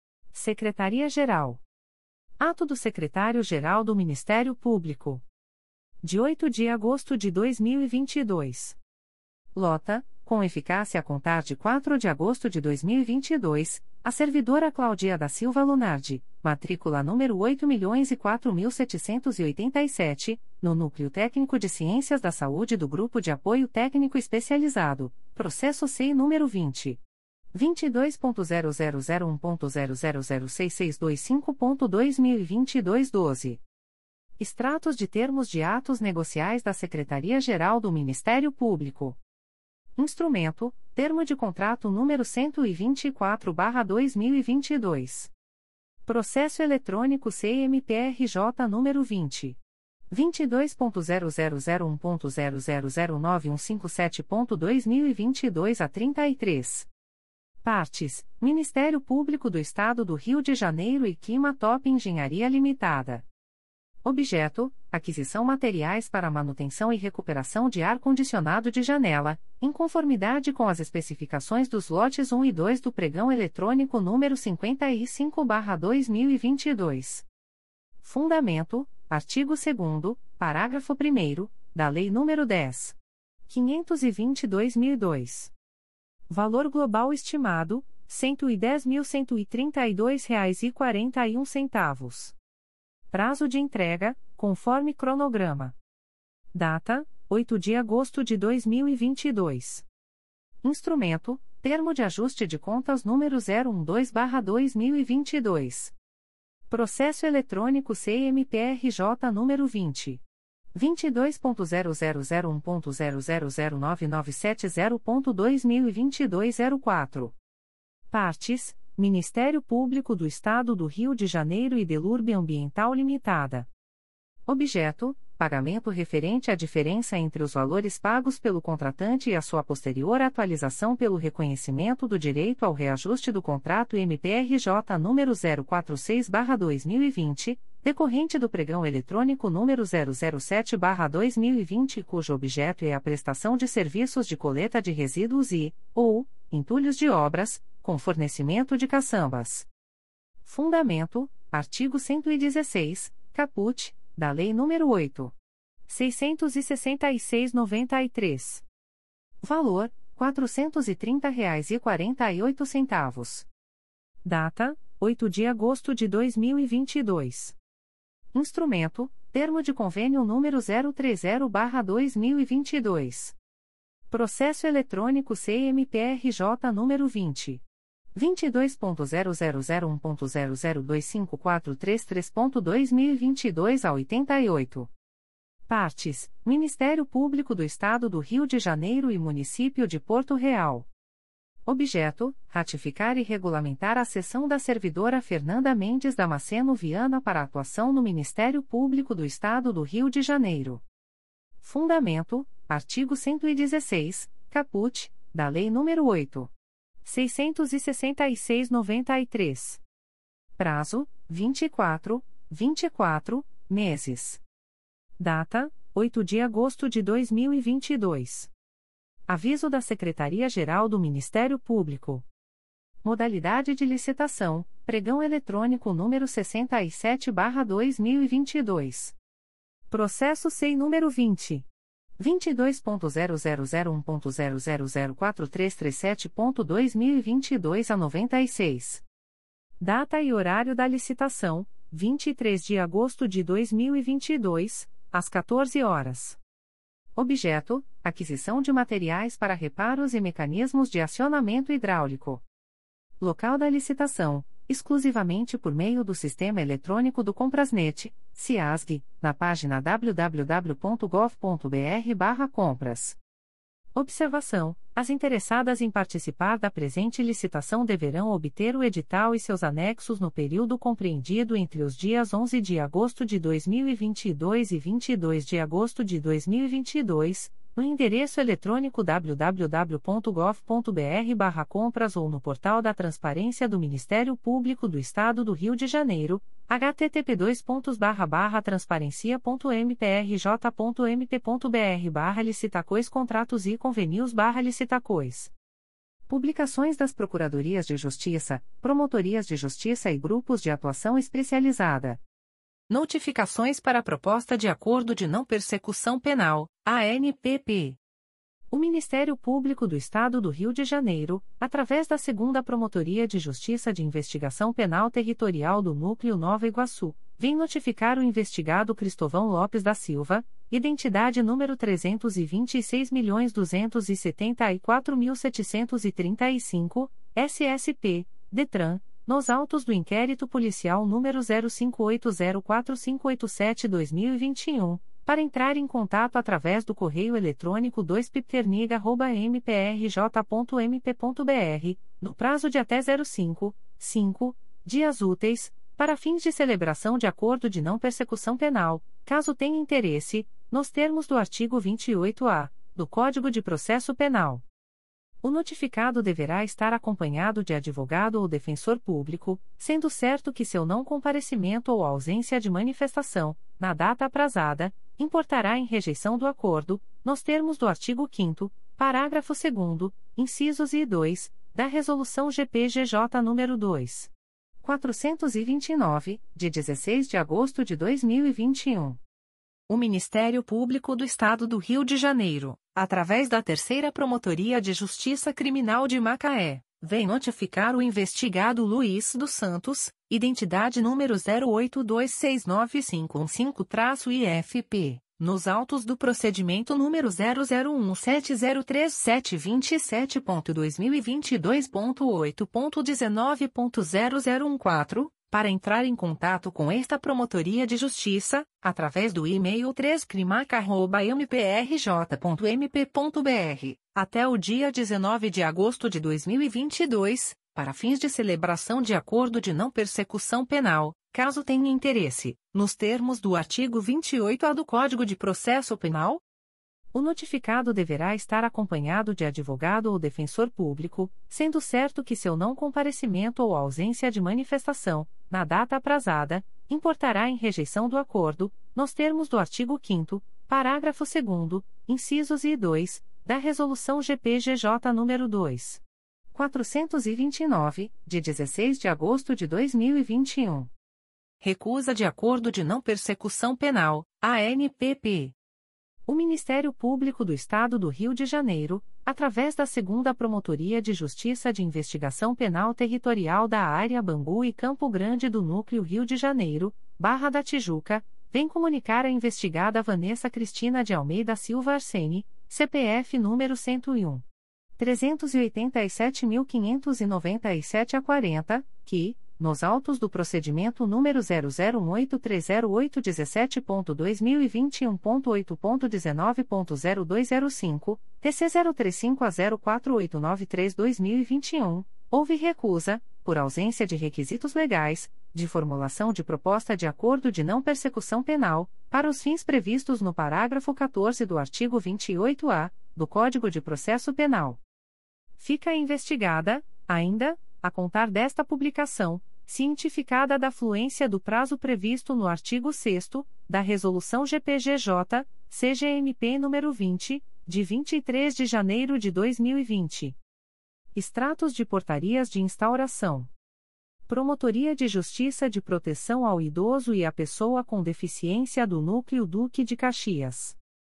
Secretaria-Geral. Ato do Secretário-Geral do Ministério Público. De oito de agosto de dois mil e vinte e dois. Lota, com eficácia a contar de quatro de agosto de dois mil e vinte e dois, A servidora Cláudia da Silva Lunardi, matrícula número oito milhões e quatro mil setecentos e oitenta e sete, no Núcleo Técnico de Ciências da Saúde do Grupo de Apoio Técnico Especializado, processo S E I número vinte. vinte e dois ponto zero zero zero um ponto zero zero zero seis seis dois cinco ponto dois mil e vinte e dois doze. Extratos de termos de atos negociais da Secretaria-Geral do Ministério Público. Instrumento: Termo de Contrato número cento e vinte e quatro barra dois mil e vinte e dois. Processo Eletrônico C M P R J número vinte. vinte e dois ponto zero zero zero um ponto zero zero zero nove um cinco sete ponto dois mil e vinte e dois a trinta e três. Partes: Ministério Público do Estado do Rio de Janeiro e Quima Top Engenharia Limitada. Objeto: aquisição materiais para manutenção e recuperação de ar-condicionado de janela, em conformidade com as especificações dos lotes um e dois do Pregão Eletrônico número cinquenta e cinco barra dois mil e vinte e dois. Fundamento: artigo segundo, parágrafo primeiro, da Lei nº dez mil quinhentos e vinte e dois barra dois mil e dois. Valor global estimado: cento e dez mil cento e trinta e dois reais e quarenta e um centavos. Prazo de entrega, conforme cronograma. Data: oito de agosto de dois mil e vinte e dois. Instrumento: Termo de Ajuste de Contas número zero um dois barra dois mil e vinte e dois. Processo Eletrônico C M P R J número vinte. vinte e dois ponto zero zero zero um ponto zero zero zero nove nove sete zero ponto dois mil e vinte e dois a zero quatro. Partes: Ministério Público do Estado do Rio de Janeiro e Delurbe Ambiental Limitada. Objeto: pagamento referente à diferença entre os valores pagos pelo contratante e a sua posterior atualização pelo reconhecimento do direito ao reajuste do contrato M P R J número zero quatro seis barra dois mil e vinte, decorrente do pregão eletrônico número zero zero sete barra dois mil e vinte, cujo objeto é a prestação de serviços de coleta de resíduos e, ou, entulhos de obras, com fornecimento de caçambas. Fundamento: artigo cento e dezesseis, caput, da Lei nº oito mil seiscentos e sessenta e seis barra noventa e três. Valor: quatrocentos e trinta reais e quarenta e oito centavos. Data: oito de agosto de dois mil e vinte e dois. Instrumento: Termo de Convênio número zero trinta barra dois mil e vinte e dois. Processo Eletrônico C M P R J número vinte. vinte e dois ponto zero zero zero um ponto zero zero dois cinco quatro três três ponto dois mil e vinte e dois a oitenta e oito. Partes: Ministério Público do Estado do Rio de Janeiro e Município de Porto Real. Objeto: ratificar e regulamentar a cessão da servidora Fernanda Mendes Damasceno Viana para atuação no Ministério Público do Estado do Rio de Janeiro. Fundamento: artigo cento e dezesseis, caput, da Lei nº oito mil seiscentos e sessenta e seis barra noventa e três. Prazo: vinte e quatro, vinte e quatro, meses. Data: oito de agosto de dois mil e vinte e dois. Aviso da Secretaria-Geral do Ministério Público. Modalidade de licitação: pregão eletrônico número sessenta e sete barra dois mil e vinte e dois. Processo S E I número vinte. vinte e dois ponto zero zero zero um ponto zero zero zero quatro três três sete ponto dois mil e vinte e dois a noventa e seis. Data e horário da licitação: vinte e três de agosto de dois mil e vinte e dois, às quatorze horas. Objeto: aquisição de materiais para reparos e mecanismos de acionamento hidráulico. Local da licitação: exclusivamente por meio do Sistema Eletrônico do Comprasnet, CIASG, na página w w w ponto gov ponto b r barra compras. Observação: as interessadas em participar da presente licitação deverão obter o edital e seus anexos no período compreendido entre os dias onze de agosto de dois mil e vinte e dois e vinte e dois de agosto de dois mil e vinte e dois, no endereço eletrônico w w w ponto gov ponto b r barra compras ou no portal da Transparência do Ministério Público do Estado do Rio de Janeiro, h t t p dois pontos barra barra transparencia ponto m p r j ponto m p ponto b r barra licitacois contratos e convênios barra licitacois. Publicações das Procuradorias de Justiça, Promotorias de Justiça e Grupos de Atuação Especializada. Notificações para a Proposta de Acordo de Não Persecução Penal, A N P P. O Ministério Público do Estado do Rio de Janeiro, através da segunda Promotoria de Justiça de Investigação Penal Territorial do Núcleo Nova Iguaçu, vem notificar o investigado Cristovão Lopes da Silva, identidade número trezentos e vinte e seis milhões duzentos e setenta e quatro mil setecentos e trinta e cinco, S S P, DETRAN, nos autos do inquérito policial número zero cinco oito zero quatro cinco oito sete barra dois mil e vinte e um, para entrar em contato através do correio eletrônico dois pipternig arroba m p r j ponto m p ponto b r, no prazo de até zero cinco, cinco, dias úteis, para fins de celebração de acordo de não persecução penal, caso tenha interesse, nos termos do artigo vinte e oito A, do Código de Processo Penal. O notificado deverá estar acompanhado de advogado ou defensor público, sendo certo que seu não comparecimento ou ausência de manifestação, na data aprazada, importará em rejeição do acordo, nos termos do artigo quinto, parágrafo segundo, incisos I e dois, da Resolução G P G J nº dois mil quatrocentos e vinte e nove, de dezesseis de agosto de dois mil e vinte e um. O Ministério Público do Estado do Rio de Janeiro, através da Terceira Promotoria de Justiça Criminal de Macaé, vem notificar o investigado Luiz dos Santos, identidade número zero oito dois seis nove cinco um cinco I F P, nos autos do procedimento número zero zero um sete zero três sete dois sete ponto dois mil e vinte e dois ponto oito ponto dezenove ponto zero zero um quatro, para entrar em contato com esta Promotoria de Justiça, através do e-mail três crimac arroba m p r j ponto m p ponto b r, até o dia dezenove de agosto de dois mil e vinte e dois, para fins de celebração de acordo de não persecução penal, caso tenha interesse, nos termos do artigo vinte e oito A do Código de Processo Penal. O notificado deverá estar acompanhado de advogado ou defensor público, sendo certo que seu não comparecimento ou ausência de manifestação, na data aprazada, importará em rejeição do acordo, nos termos do artigo quinto, parágrafo segundo, incisos I e dois, da Resolução G P G J nº dois mil quatrocentos e vinte e nove, de dezesseis de agosto de dois mil e vinte e um. Recusa de acordo de não persecução penal, A N P P. O Ministério Público do Estado do Rio de Janeiro, através da segunda Promotoria de Justiça de Investigação Penal Territorial da Área Bangu e Campo Grande do Núcleo Rio de Janeiro, Barra da Tijuca, vem comunicar a investigada Vanessa Cristina de Almeida Silva Arsene, C P F número cento e um, trezentos e oitenta e sete mil quinhentos e noventa e sete a quarenta, que, nos autos do procedimento número zero zero um oito três zero oito um sete ponto dois mil e vinte e um ponto oito ponto dezenove ponto zero dois zero cinco, T C zero três cinco A zero quatro oito nove três barra dois mil e vinte e um, houve recusa, por ausência de requisitos legais, de formulação de proposta de acordo de não persecução penal, para os fins previstos no parágrafo quatorze do artigo vinte e oito A, do Código de Processo Penal. Fica investigada, ainda, a contar desta publicação, cientificada da fluência do prazo previsto no artigo sexto da Resolução G P G J, C G M P número vinte, de vinte e três de janeiro de dois mil e vinte. Extratos de portarias de instauração. Promotoria de Justiça de Proteção ao Idoso e à Pessoa com Deficiência do Núcleo Duque de Caxias.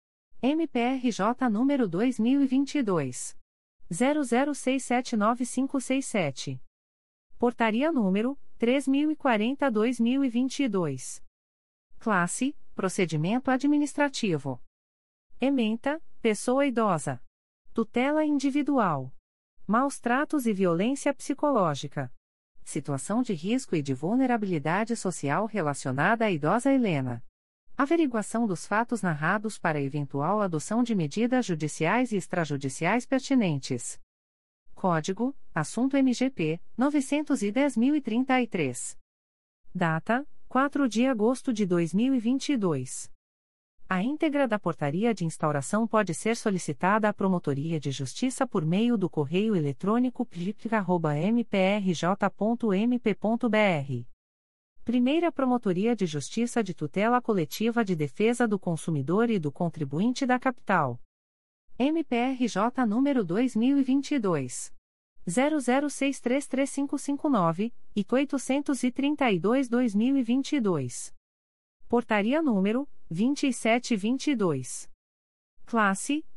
M P R J número dois mil e vinte e dois. zero zero seis sete nove cinco seis sete. Portaria número três mil e quarenta barra dois mil e vinte e dois. Classe: Procedimento Administrativo. Ementa: Pessoa idosa. Tutela individual. Maus tratos e violência psicológica. Situação de risco e de vulnerabilidade social relacionada à idosa Helena. Averiguação dos fatos narrados para eventual adoção de medidas judiciais e extrajudiciais pertinentes. Código: Assunto M G P, novecentos e dez mil e trinta e três. Data: quatro de agosto de dois mil e vinte e dois. A íntegra da portaria de instauração pode ser solicitada à Promotoria de Justiça por meio do correio eletrônico p l i p arroba m p r j ponto m p ponto b r. Primeira Promotoria de Justiça de Tutela Coletiva de Defesa do Consumidor e do Contribuinte da Capital. M P R J número dois mil e vinte e dois. zero zero seis três três cinco cinco nove, I C oitocentos e trinta e dois barra dois mil e vinte e dois. Portaria número vinte e sete vinte e dois. Classe: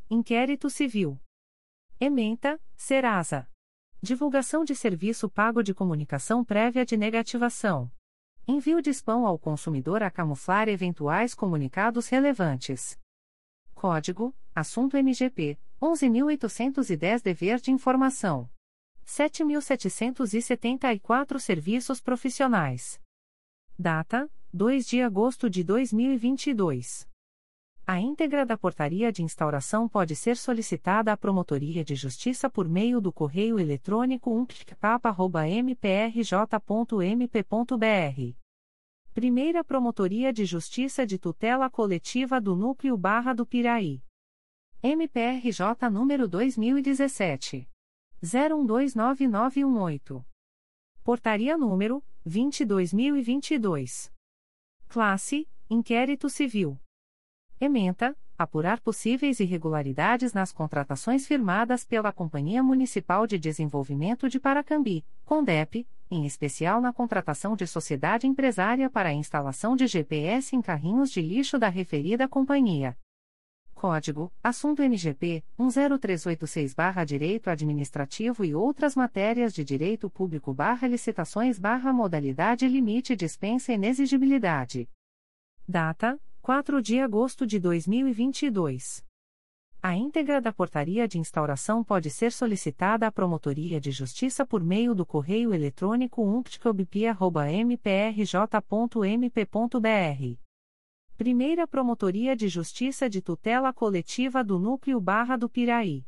Inquérito Civil. Ementa, Serasa. Divulgação de serviço pago de comunicação prévia de negativação. Envio de spam ao consumidor a camuflar eventuais comunicados relevantes. Código: Assunto M G P, onze mil oitocentos e dez Dever de informação. sete mil setecentos e setenta e quatro Serviços profissionais. Data: dois de agosto de dois mil e vinte e dois. A íntegra da portaria de instauração pode ser solicitada à Promotoria de Justiça por meio do correio eletrônico umptcpap arroba m p r j ponto m p ponto b r. Primeira Promotoria de Justiça de Tutela Coletiva do Núcleo Barra do Piraí. M P R J número dois mil e dezessete. zero um dois nove nove um oito. Portaria número vinte dois mil e vinte e dois. Classe: Inquérito Civil. Ementa: apurar possíveis irregularidades nas contratações firmadas pela Companhia Municipal de Desenvolvimento de Paracambi, Condep, em especial na contratação de sociedade empresária para a instalação de G P S em carrinhos de lixo da referida companhia. Código: Assunto M G P um zero três oito seis barra Direito Administrativo e outras matérias de Direito Público barra Licitações barra Modalidade Limite Dispensa e Inexigibilidade. Data: quatro de agosto de dois mil e vinte e dois. A íntegra da portaria de instauração pode ser solicitada à Promotoria de Justiça por meio do correio eletrônico umptcobp arroba m p r j ponto m p ponto b r. Primeira Promotoria de Justiça de Tutela Coletiva do Núcleo Barra do Piraí.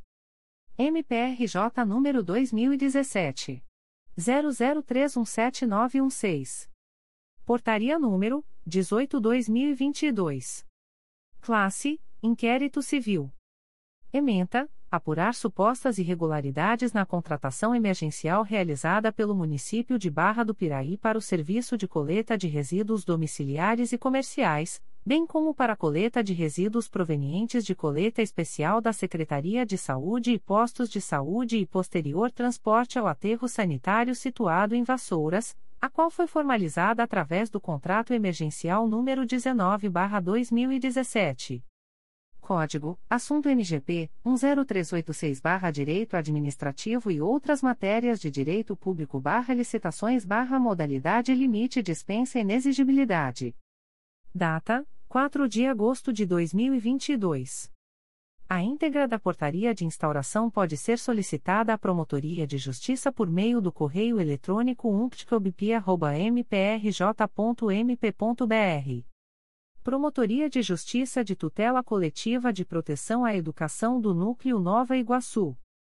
M P R J número dois mil e dezessete. zero zero três um sete nove um seis. Portaria número dezoito barra dois mil e vinte e dois. Classe: Inquérito Civil. Ementa: apurar supostas irregularidades na contratação emergencial realizada pelo município de Barra do Piraí para o serviço de coleta de resíduos domiciliares e comerciais, bem como para a coleta de resíduos provenientes de coleta especial da Secretaria de Saúde e Postos de Saúde e posterior transporte ao aterro sanitário situado em Vassouras, a qual foi formalizada através do Contrato Emergencial número dezenove barra dois mil e dezessete. Código: Assunto M G P um zero três oito seis barra Direito Administrativo e outras matérias de Direito Público barra Licitações barra Modalidade Limite Dispensa e Inexigibilidade. Data: quatro de agosto de dois mil e vinte e dois. A íntegra da portaria de instauração pode ser solicitada à Promotoria de Justiça por meio do correio eletrônico umptcobp arroba m p r j ponto m p ponto b r. Promotoria de Justiça de Tutela Coletiva de Proteção à Educação do Núcleo Nova Iguaçu.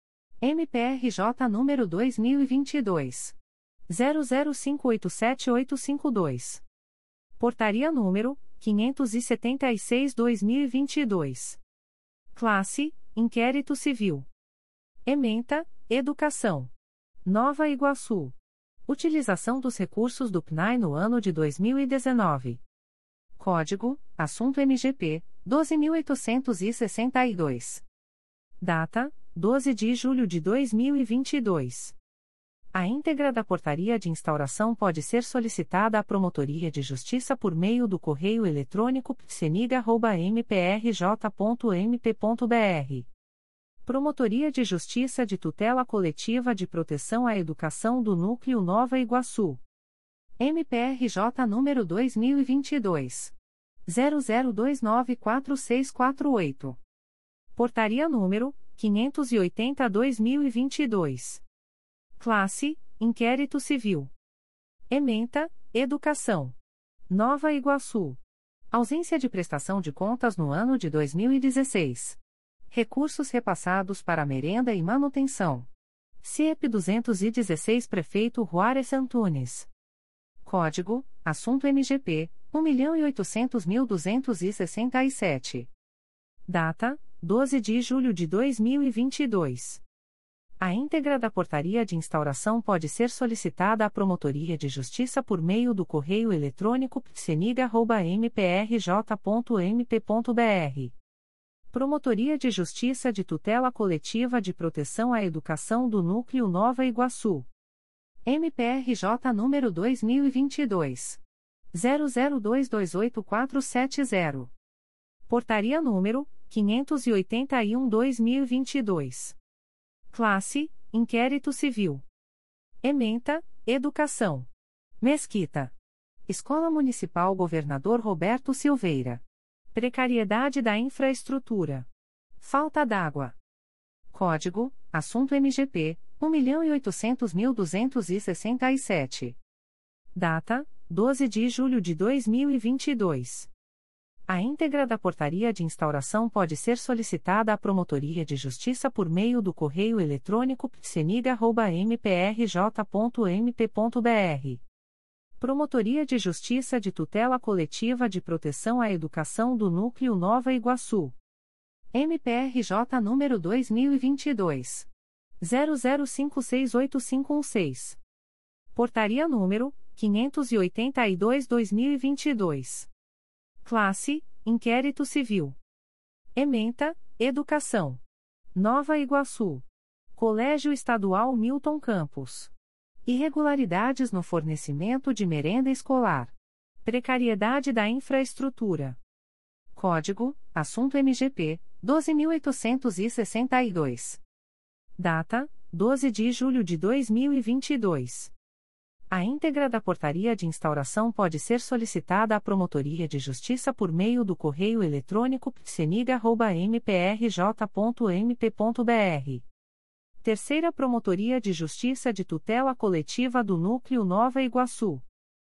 M P R J número dois mil e vinte e dois. zero zero cinco oito sete oito cinco dois. Portaria número quinhentos e setenta e seis barra dois mil e vinte e dois. Classe: Inquérito Civil. Ementa: Educação. Nova Iguaçu. Utilização dos recursos do P N A E no ano de dois mil e dezenove. Código: Assunto M G P doze mil oitocentos e sessenta e dois. Data: doze de julho de dois mil e vinte e dois. A íntegra da portaria de instauração pode ser solicitada à Promotoria de Justiça por meio do correio eletrônico psenig arroba m p r j ponto m p ponto b r. Promotoria de Justiça de Tutela Coletiva de Proteção à Educação do Núcleo Nova Iguaçu. M P R J número dois mil e vinte e dois. zero zero dois nove quatro seis quatro oito. Portaria número quinhentos e oitenta barra dois mil e vinte e dois. Classe: Inquérito Civil. Ementa: Educação. Nova Iguaçu. Ausência de prestação de contas no ano de dois mil e dezesseis. Recursos repassados para merenda e manutenção. C I E P duzentos e dezesseis Prefeito Juarez Antunes. Código: Assunto M G P um milhão e oitocentos mil duzentos e sessenta e sete. Data: doze de julho de dois mil e vinte e dois. A íntegra da portaria de instauração pode ser solicitada à Promotoria de Justiça por meio do correio eletrônico psenig arroba m p r j ponto m p ponto b r. Promotoria de Justiça de Tutela Coletiva de Proteção à Educação do Núcleo Nova Iguaçu. M P R J número dois mil e vinte e dois. zero zero dois dois oito quatro sete zero. Portaria número quinhentos e oitenta e um barra dois mil e vinte e dois. Classe: Inquérito Civil. Ementa: Educação. Mesquita. Escola Municipal Governador Roberto Silveira. Precariedade da infraestrutura. Falta d'água. Código: Assunto M G P, um milhão e oitocentos mil duzentos e sessenta e sete. Data: doze de julho de dois mil e vinte e dois. A íntegra da portaria de instauração pode ser solicitada à Promotoria de Justiça por meio do correio eletrônico psenig arroba m p r j ponto m p ponto b r. Promotoria de Justiça de Tutela Coletiva de Proteção à Educação do Núcleo Nova Iguaçu. M P R J número dois mil e vinte e dois. zero zero cinco seis oito cinco um seis. Portaria número quinhentos e oitenta e dois barra dois mil e vinte e dois. Classe: Inquérito Civil. Ementa: Educação. Nova Iguaçu. Colégio Estadual Milton Campos. Irregularidades no fornecimento de merenda escolar. Precariedade da infraestrutura. Código: Assunto M G P, doze mil oitocentos e sessenta e dois. Data: doze de julho de dois mil e vinte e dois. A íntegra da portaria de instauração pode ser solicitada à Promotoria de Justiça por meio do correio eletrônico psenig arroba m p r j ponto m p ponto b r. Terceira Promotoria de Justiça de Tutela Coletiva do Núcleo Nova Iguaçu.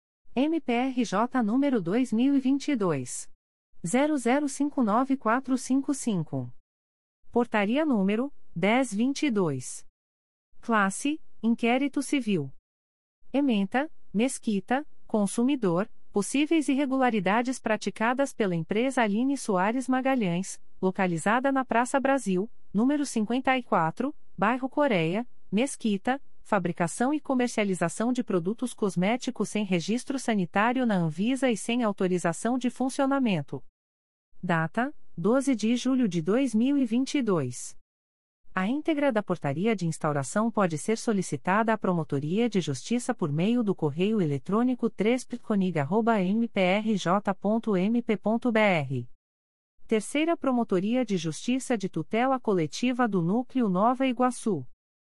M P R J número dois mil e vinte e dois. zero zero cinco nove quatro cinco cinco. Portaria número dez vinte e dois. Classe: Inquérito Civil. Ementa: Mesquita, Consumidor, possíveis irregularidades praticadas pela empresa Aline Soares Magalhães, localizada na Praça Brasil, número cinquenta e quatro, bairro Coreia, Mesquita, fabricação e comercialização de produtos cosméticos sem registro sanitário na Anvisa e sem autorização de funcionamento. Data: doze de julho de dois mil e vinte e dois. A íntegra da portaria de instauração pode ser solicitada à Promotoria de Justiça por meio do correio eletrônico três p conig arroba m p r j ponto m p ponto b r. Terceira Promotoria de Justiça de Tutela Coletiva do Núcleo Nova Iguaçu.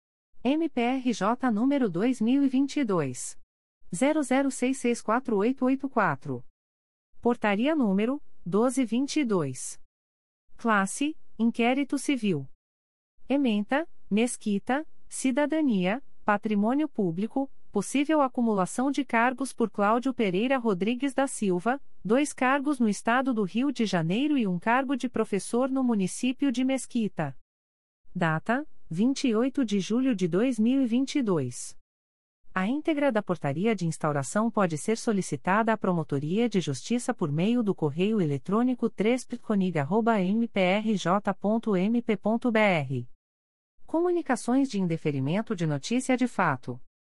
M P R J número dois mil e vinte e dois. zero zero seis seis quatro oito oito quatro. Portaria número doze vinte e dois. Classe: Inquérito Civil. Ementa: Mesquita, Cidadania, Patrimônio Público, possível acumulação de cargos por Cláudio Pereira Rodrigues da Silva, dois cargos no Estado do Rio de Janeiro e um cargo de professor no município de Mesquita. Data: vinte e oito de julho de dois mil e vinte e dois. A íntegra da portaria de instauração pode ser solicitada à Promotoria de Justiça por meio do correio eletrônico três p conig arroba m p r j ponto m p ponto b r. Comunicações de indeferimento de notícia de fato.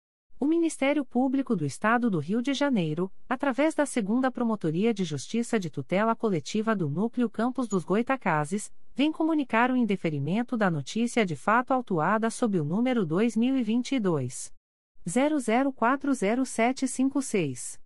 O Ministério Público do Estado do Rio de Janeiro, através da segunda Promotoria de Justiça de Tutela Coletiva do Núcleo Campos dos Goitacazes, vem comunicar o indeferimento da notícia de fato autuada sob o número dois mil e vinte e dois. zero zero quatro zero sete cinco seis.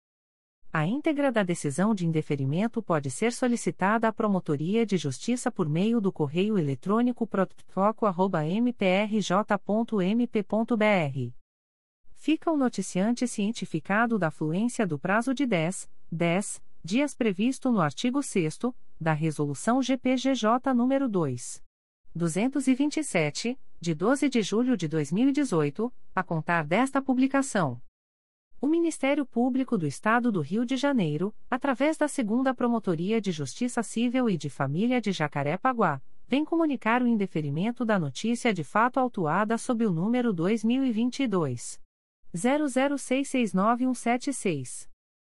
A íntegra da decisão de indeferimento pode ser solicitada à Promotoria de Justiça por meio do correio eletrônico protfoco arroba m p r j ponto m p ponto b r. Fica o noticiante cientificado da fluência do prazo de dez, dez dias previsto no artigo sexto da Resolução G P G J nº dois mil duzentos e vinte e sete, de doze de julho de dois mil e dezoito, a contar desta publicação. O Ministério Público do Estado do Rio de Janeiro, através da segunda Promotoria de Justiça Civil e de Família de Jacarepaguá, vem comunicar o indeferimento da notícia de fato autuada sob o número dois mil e vinte e dois. zero zero seis seis nove um sete seis.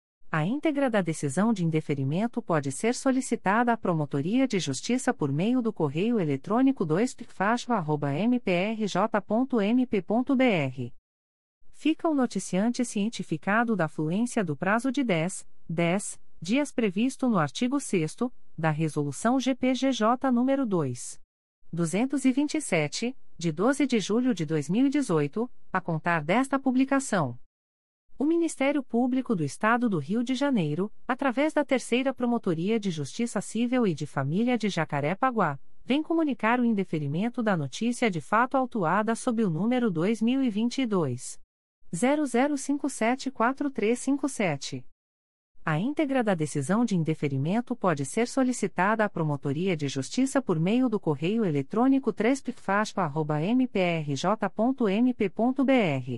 A íntegra da decisão de indeferimento pode ser solicitada à Promotoria de Justiça por meio do correio eletrônico dois p facho arroba m p r j ponto m p ponto b r. Fica o noticiante cientificado da fluência do prazo de dez, dez dias previsto no artigo sexto da Resolução G P G J nº dois mil duzentos e vinte e sete, de doze de julho de dois mil e dezoito, a contar desta publicação. O Ministério Público do Estado do Rio de Janeiro, através da Terceira Promotoria de Justiça Civil e de Família de Jacarepaguá, vem comunicar o indeferimento da notícia de fato autuada sob o número dois mil e vinte e dois zero zero cinco sete quatro três cinco sete. A íntegra da decisão de indeferimento pode ser solicitada à Promotoria de Justiça por meio do correio eletrônico três p f a s p arroba m p r j ponto m p ponto b r.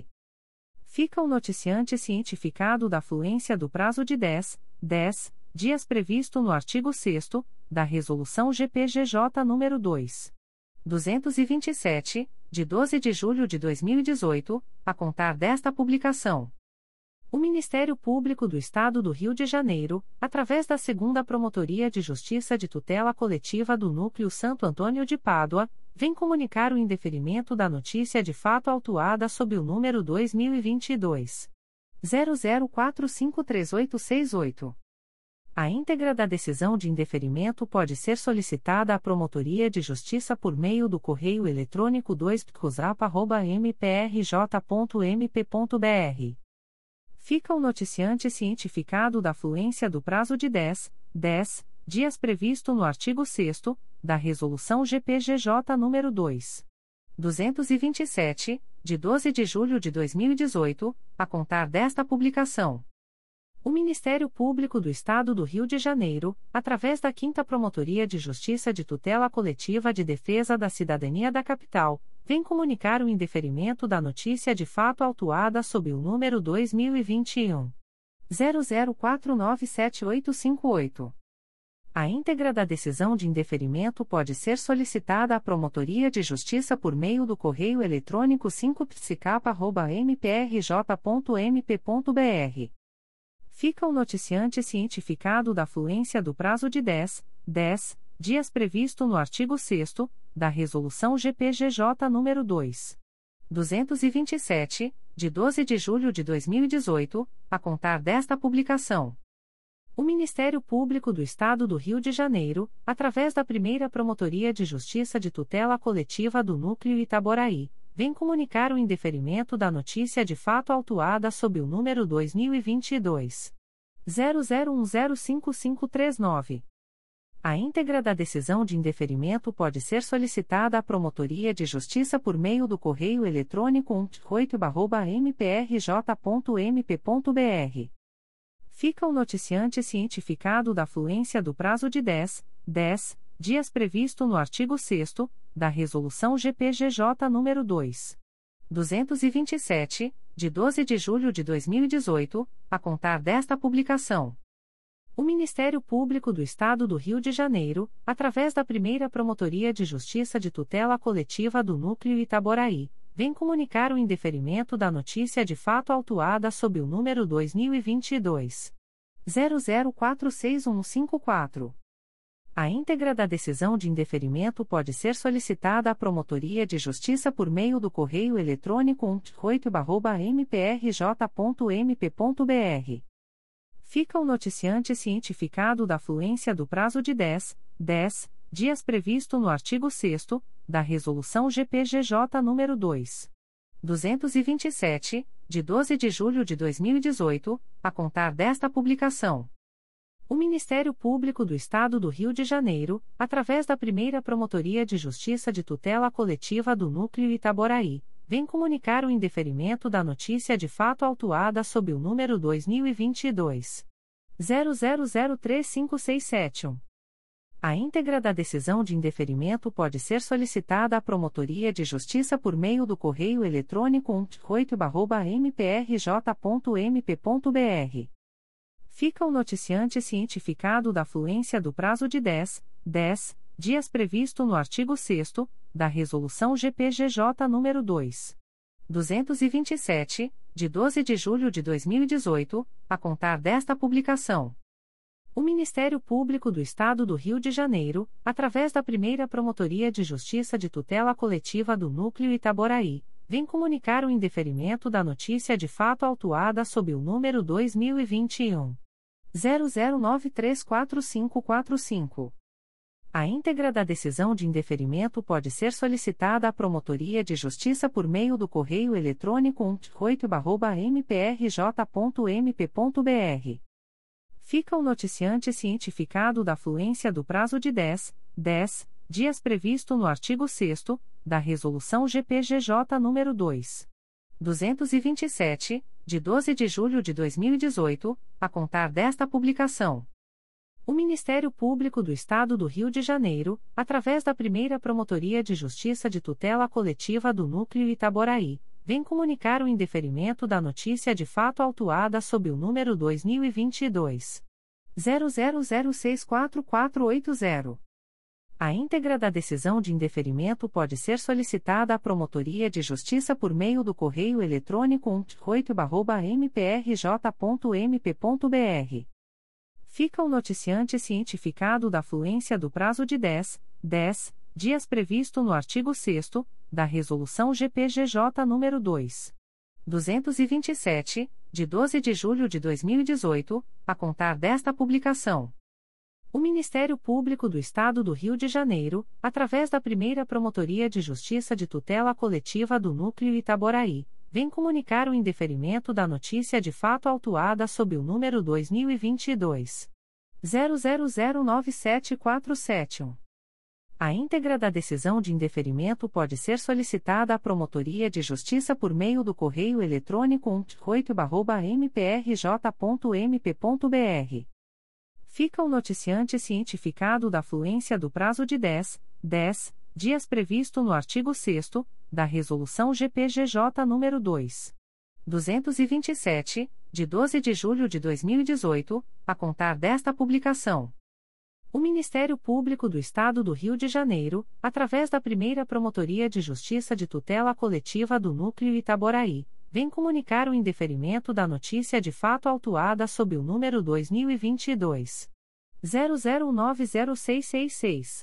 Fica o noticiante cientificado da fluência do prazo de dez, dez dias previsto no artigo sexto da Resolução G P G J nº dois mil duzentos e vinte e sete, de doze de julho de dois mil e dezoito, a contar desta publicação. O Ministério Público do Estado do Rio de Janeiro, através da segunda Promotoria de Justiça de Tutela Coletiva do Núcleo Santo Antônio de Pádua, vem comunicar o indeferimento da notícia de fato autuada sob o número dois mil e vinte e dois zero zero quatro cinco três oito seis oito. A íntegra da decisão de indeferimento pode ser solicitada à Promotoria de Justiça por meio do correio eletrônico dois p c u s a p arroba m p r j ponto m p ponto b r. Fica o noticiante cientificado da fluência do prazo de dez, dez dias previsto no artigo sexto da Resolução G P G J nº dois mil duzentos e vinte e sete, de doze de julho de dois mil e dezoito, a contar desta publicação. O Ministério Público do Estado do Rio de Janeiro, através da quinta Promotoria de Justiça de Tutela Coletiva de Defesa da Cidadania da Capital, vem comunicar o indeferimento da notícia de fato autuada sob o número dois mil e vinte e um zero zero quatro nove sete oito cinco oito. A íntegra da decisão de indeferimento pode ser solicitada à Promotoria de Justiça por meio do correio eletrônico cinco p s c a p arroba m p r j ponto m p ponto b r. Fica o noticiante cientificado da fluência do prazo de dez, dez dias previsto no artigo sexto da Resolução G P G J nº dois mil duzentos e vinte e sete, de doze de julho de dois mil e dezoito, a contar desta publicação. O Ministério Público do Estado do Rio de Janeiro, através da primeira Promotoria de Justiça de Tutela Coletiva do Núcleo Itaboraí, vem comunicar o indeferimento da notícia de fato autuada sob o número dois mil e vinte e dois zero zero um zero cinco cinco três nove. A íntegra da decisão de indeferimento pode ser solicitada à Promotoria de Justiça por meio do correio eletrônico um p oito arroba m p r j ponto m p ponto b r. Fica o noticiante cientificado da fluência do prazo de dez, dez dias previsto no artigo sexto da Resolução G P G J nº dois mil duzentos e vinte e sete, de doze de julho de dois mil e dezoito, a contar desta publicação. O Ministério Público do Estado do Rio de Janeiro, através da primeira Promotoria de Justiça de Tutela Coletiva do Núcleo Itaboraí, vem comunicar o indeferimento da notícia de fato autuada sob o número dois mil e vinte e dois zero zero quatro seis um cinco quatro. A íntegra da decisão de indeferimento pode ser solicitada à Promotoria de Justiça por meio do correio eletrônico um p oito arroba m p r j ponto m p ponto b r. Fica o noticiante cientificado da fluência do prazo de dez, dez dias previsto no artigo sexto da Resolução G P G J nº dois mil duzentos e vinte e sete, de doze de julho de dois mil e dezoito, a contar desta publicação. O Ministério Público do Estado do Rio de Janeiro, através da primeira Promotoria de Justiça de Tutela Coletiva do Núcleo Itaboraí, vem comunicar o indeferimento da notícia de fato autuada sob o número dois mil e vinte e dois zero zero zero três cinco seis sete um. A íntegra da decisão de indeferimento pode ser solicitada à Promotoria de Justiça por meio do correio eletrônico um p oito arroba m p r j ponto m p ponto b r. Fica o noticiante cientificado da fluência do prazo de dez, dez dias previsto no artigo sexto da Resolução G P G J nº dois mil duzentos e vinte e sete, de doze de julho de dois mil e dezoito, a contar desta publicação. O Ministério Público do Estado do Rio de Janeiro, através da primeira Promotoria de Justiça de Tutela Coletiva do Núcleo Itaboraí, vem comunicar o indeferimento da notícia de fato autuada sob o número dois mil e vinte e um zero zero nove três quatro cinco quatro cinco. A íntegra da decisão de indeferimento pode ser solicitada à Promotoria de Justiça por meio do correio eletrônico oito arroba m p r j ponto m p ponto b r. Fica o noticiante cientificado da fluência do prazo de dez, dez dias previsto no artigo sexto da Resolução G P G J nº dois mil duzentos e vinte e sete, de doze de julho de dois mil e dezoito, a contar desta publicação. O Ministério Público do Estado do Rio de Janeiro, através da Primeira Promotoria de Justiça de Tutela Coletiva do Núcleo Itaboraí, vem comunicar o indeferimento da notícia de fato autuada sob o número dois mil e vinte e dois zero zero zero seis quatro quatro oito zero. A íntegra da decisão de indeferimento pode ser solicitada à Promotoria de Justiça por meio do correio eletrônico oito arroba m p r j ponto m p ponto b r. Fica o noticiante cientificado da fluência do prazo de dez, dez dias previsto no artigo sexto da Resolução G P G J nº dois mil duzentos e vinte e sete, de doze de julho de dois mil e dezoito, a contar desta publicação. O Ministério Público do Estado do Rio de Janeiro, através da Primeira Promotoria de Justiça de Tutela Coletiva do Núcleo Itaboraí, vem comunicar o indeferimento da notícia de fato autuada sob o número dois mil e vinte e dois zero zero zero nove sete quatro sete um. A íntegra da decisão de indeferimento pode ser solicitada à Promotoria de Justiça por meio do correio eletrônico oito arroba m p r j ponto m p ponto b r. Fica o noticiante cientificado da fluência do prazo de dez, dez dias previsto no artigo sexto da Resolução G P G J nº dois mil duzentos e vinte e sete, de doze de julho de dois mil e dezoito, a contar desta publicação. O Ministério Público do Estado do Rio de Janeiro, através da Primeira Promotoria de Justiça de Tutela Coletiva do Núcleo Itaboraí, vem comunicar o indeferimento da notícia de fato autuada sob o número dois mil e vinte e dois zero zero nove zero seis seis seis.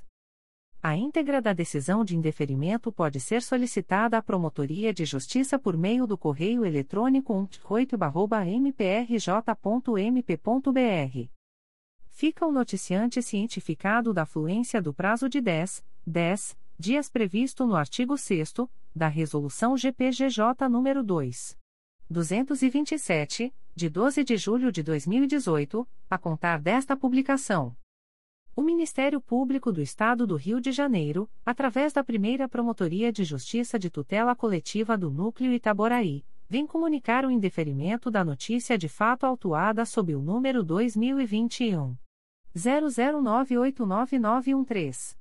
A íntegra da decisão de indeferimento pode ser solicitada à Promotoria de Justiça por meio do correio eletrônico oito arroba m p r j ponto m p ponto b r. Fica o noticiante cientificado da fluência do prazo de dez, dez dias previsto no artigo sexto da Resolução G P G J nº dois mil duzentos e vinte e sete, de doze de julho de dois mil e dezoito, a contar desta publicação. O Ministério Público do Estado do Rio de Janeiro, através da Primeira Promotoria de Justiça de Tutela Coletiva do Núcleo Itaboraí, vem comunicar o indeferimento da notícia de fato autuada sob o número dois mil e vinte e um zero zero nove oito nove nove um três.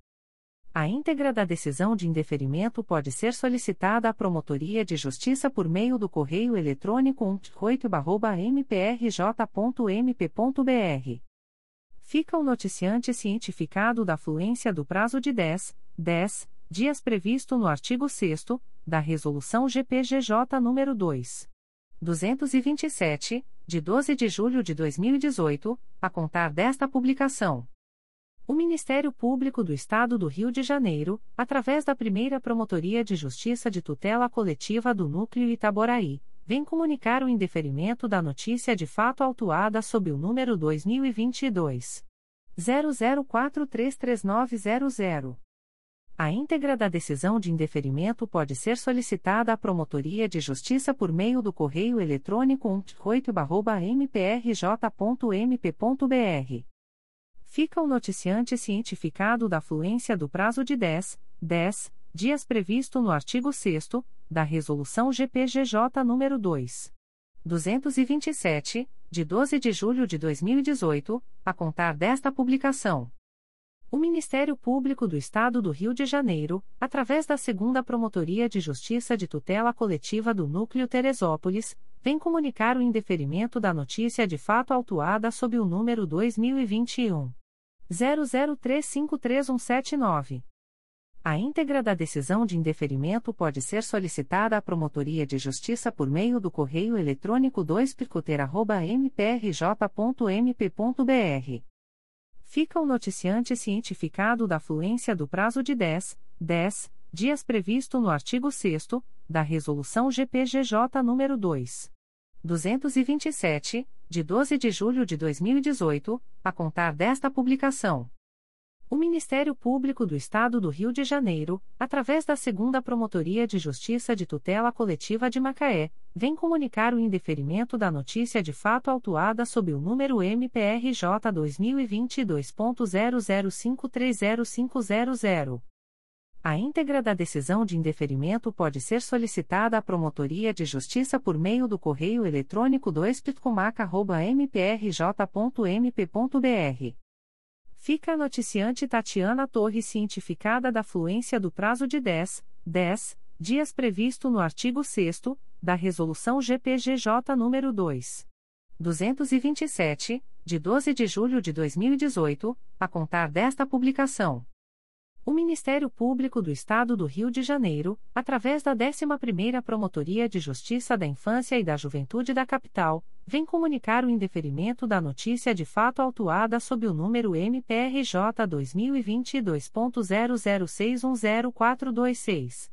A íntegra da decisão de indeferimento pode ser solicitada à Promotoria de Justiça por meio do correio eletrônico oito arroba m p r j ponto m p ponto b r. Fica o noticiante cientificado da fluência do prazo de dez, dez dias previsto no artigo sexto da Resolução G P G J nº dois mil duzentos e vinte e sete, de doze de julho de dois mil e dezoito, a contar desta publicação. O Ministério Público do Estado do Rio de Janeiro, através da Primeira Promotoria de Justiça de Tutela Coletiva do Núcleo Itaboraí, vem comunicar o indeferimento da notícia de fato autuada sob o número dois mil e vinte e dois zero zero quatro três três nove zero zero. A íntegra da decisão de indeferimento pode ser solicitada à Promotoria de Justiça por meio do correio eletrônico oito arroba m p r j ponto m p ponto b r. Fica o noticiante cientificado da fluência do prazo de dez, dez dias previsto no artigo sexto da Resolução G P G J nº dois mil duzentos e vinte e sete, de doze de julho de dois mil e dezoito, a contar desta publicação. O Ministério Público do Estado do Rio de Janeiro, através da Segunda Promotoria de Justiça de Tutela Coletiva do Núcleo Teresópolis, vem comunicar o indeferimento da notícia de fato autuada sob o número dois mil e vinte e um zero zero três cinco três um sete nove. A íntegra da decisão de indeferimento pode ser solicitada à Promotoria de Justiça por meio do correio eletrônico dois picoteira arroba m p r j ponto m p ponto b r. Fica o noticiante cientificado da fluência do prazo de dez, dez dias previsto no artigo sexto da Resolução G P G J nº dois mil duzentos e vinte e sete, de doze de julho de dois mil e dezoito, a contar desta publicação. O Ministério Público do Estado do Rio de Janeiro, através da segunda Promotoria de Justiça de Tutela Coletiva de Macaé, vem comunicar o indeferimento da notícia de fato autuada sob o número M P R J dois mil e vinte e dois ponto zero zero cinco três zero cinco zero zero. A íntegra da decisão de indeferimento pode ser solicitada à Promotoria de Justiça por meio do correio eletrônico dois pitcomac arroba m p r j ponto m p ponto b r. Fica a noticiante Tatiana Torres cientificada da fluência do prazo de dez, dez dias previsto no artigo sexto da Resolução G P G J nº dois mil duzentos e vinte e sete, de doze de julho de dois mil e dezoito, a contar desta publicação. O Ministério Público do Estado do Rio de Janeiro, através da décima primeira Promotoria de Justiça da Infância e da Juventude da Capital, vem comunicar o indeferimento da notícia de fato autuada sob o número M P R J dois mil e vinte e dois ponto zero zero seis um zero quatro dois seis.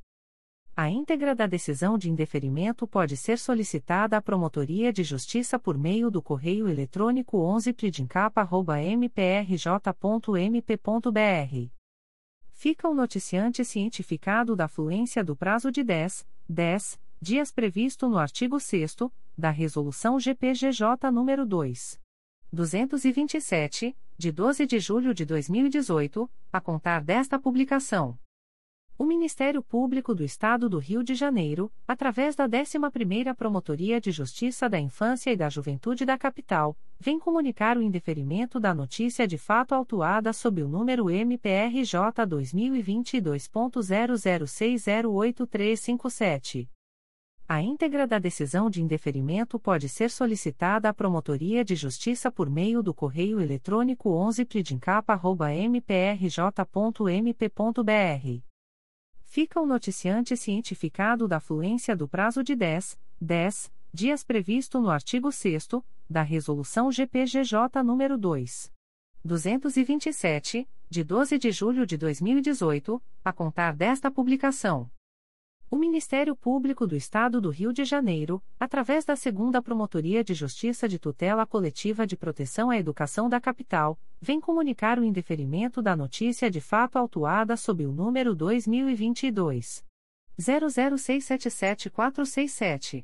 A íntegra da decisão de indeferimento pode ser solicitada à Promotoria de Justiça por meio do correio eletrônico onze pridincapa arroba m p r j ponto m p ponto b r. Fica o noticiante cientificado da fluência do prazo de dez, dez dias previsto no artigo sexto da Resolução G P G J nº dois mil duzentos e vinte e sete, de doze de julho de dois mil e dezoito, a contar desta publicação. O Ministério Público do Estado do Rio de Janeiro, através da décima primeira Promotoria de Justiça da Infância e da Juventude da Capital, vem comunicar o indeferimento da notícia de fato autuada sob o número M P R J dois mil e vinte e dois ponto zero zero seis zero oito três cinco sete. A íntegra da decisão de indeferimento pode ser solicitada à Promotoria de Justiça por meio do correio eletrônico onze pridincapa arroba m p r j ponto m p ponto b r. Fica o noticiante cientificado da fluência do prazo de dez, dez dias previsto no artigo sexto da Resolução G P G J nº dois mil duzentos e vinte e sete, de doze de julho de dois mil e dezoito, a contar desta publicação. O Ministério Público do Estado do Rio de Janeiro, através da segunda Promotoria de Justiça de Tutela Coletiva de Proteção à Educação da Capital, vem comunicar o indeferimento da notícia de fato autuada sob o número dois mil e vinte e dois ponto zero zero seis sete sete quatro seis sete.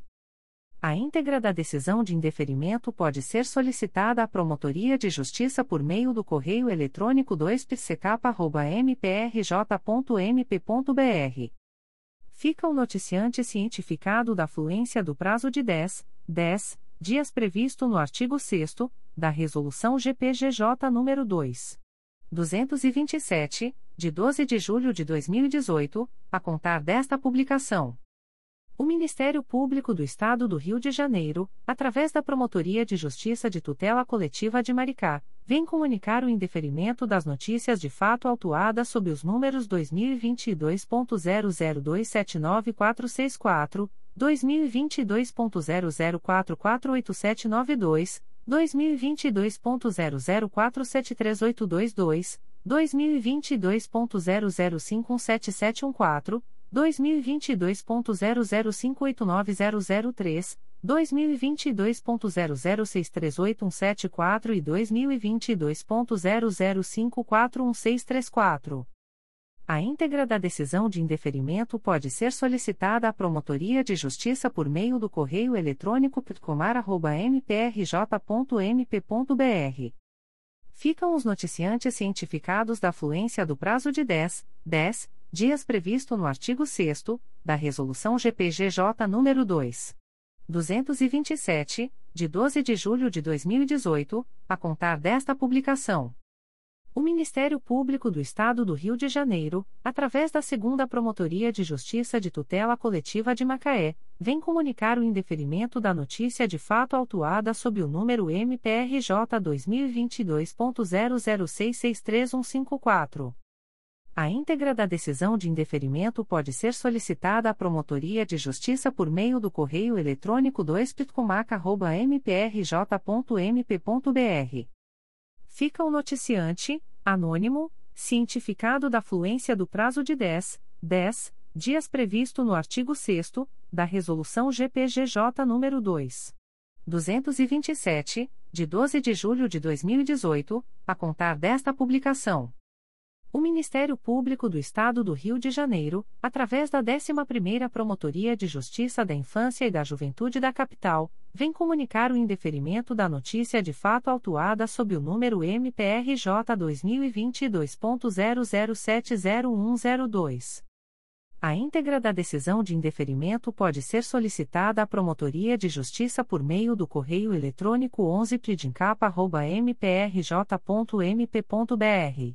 A íntegra da decisão de indeferimento pode ser solicitada à Promotoria de Justiça por meio do correio eletrônico dois psecapa arroba m p r j ponto m p ponto b r. Fica o noticiante cientificado da fluência do prazo de dez, dez dias previsto no artigo sexto da Resolução G P G J nº dois mil duzentos e vinte e sete, de doze de julho de dois mil e dezoito, a contar desta publicação. O Ministério Público do Estado do Rio de Janeiro, através da Promotoria de Justiça de Tutela Coletiva de Maricá, vem comunicar o indeferimento das notícias de fato autuadas sob os números dois mil e vinte e dois ponto zero zero dois sete nove quatro seis quatro, dois mil e vinte e dois ponto zero zero quatro quatro oito sete nove dois, dois mil e vinte e dois ponto zero zero quatro sete três oito dois dois, dois mil e vinte e dois ponto zero zero cinco um sete sete um quatro, dois mil e vinte e dois ponto zero zero cinco oito nove zero zero três, dois mil e vinte e dois ponto zero zero seis três oito um sete quatro e dois mil e vinte e dois ponto zero zero cinco quatro um seis três quatro. A íntegra da decisão de indeferimento pode ser solicitada à Promotoria de Justiça por meio do correio eletrônico pitcomar arroba m p r j ponto m p ponto b r. Ficam os noticiantes cientificados da fluência do prazo de dez, dez dias previsto no artigo sexto da Resolução G P G J nº dois mil duzentos e vinte e sete, de doze de julho de dois mil e dezoito, a contar desta publicação. O Ministério Público do Estado do Rio de Janeiro, através da segunda Promotoria de Justiça de Tutela Coletiva de Macaé, vem comunicar o indeferimento da notícia de fato autuada sob o número M P R J dois mil e vinte e dois ponto zero zero seis seis três um cinco quatro. A íntegra da decisão de indeferimento pode ser solicitada à Promotoria de Justiça por meio do correio eletrônico dois pitcomac arroba m p r j ponto m p ponto b r. Fica o noticiante, anônimo, cientificado da fluência do prazo de dez, dez dias previsto no artigo sexto da Resolução G P G J nº dois mil duzentos e vinte e sete, de doze de julho de dois mil e dezoito, a contar desta publicação. O Ministério Público do Estado do Rio de Janeiro, através da décima primeira Promotoria de Justiça da Infância e da Juventude da Capital, vem comunicar o indeferimento da notícia de fato autuada sob o número M P R J dois mil e vinte e dois ponto zero zero sete zero um zero dois. A íntegra da decisão de indeferimento pode ser solicitada à Promotoria de Justiça por meio do correio eletrônico onze pridincapa arroba m p r j ponto m p ponto b r.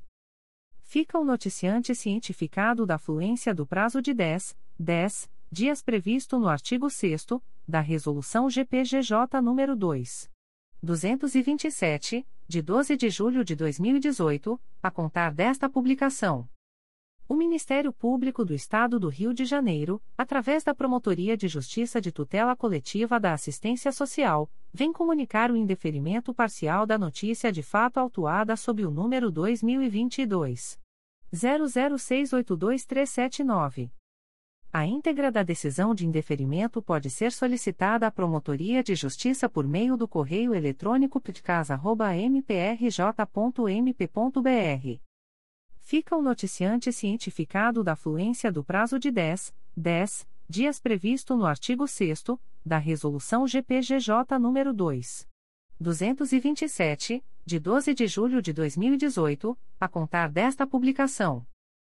Fica o noticiante cientificado da fluência do prazo de dez, dez dias previsto no artigo sexto da Resolução G P G J nº dois mil duzentos e vinte e sete, de doze de julho de dois mil e dezoito, a contar desta publicação. O Ministério Público do Estado do Rio de Janeiro, através da Promotoria de Justiça de Tutela Coletiva da Assistência Social, vem comunicar o indeferimento parcial da notícia de fato autuada sob o número dois mil e vinte e dois ponto zero zero seis oito dois três sete nove. A íntegra da decisão de indeferimento pode ser solicitada à Promotoria de Justiça por meio do correio eletrônico ptcas arroba m p r j ponto m p ponto b r. Fica o noticiante cientificado da fluência do prazo de dez, dez dias previsto no artigo sexto da Resolução G P G J nº dois mil duzentos e vinte e sete, de doze de julho de dois mil e dezoito, a contar desta publicação.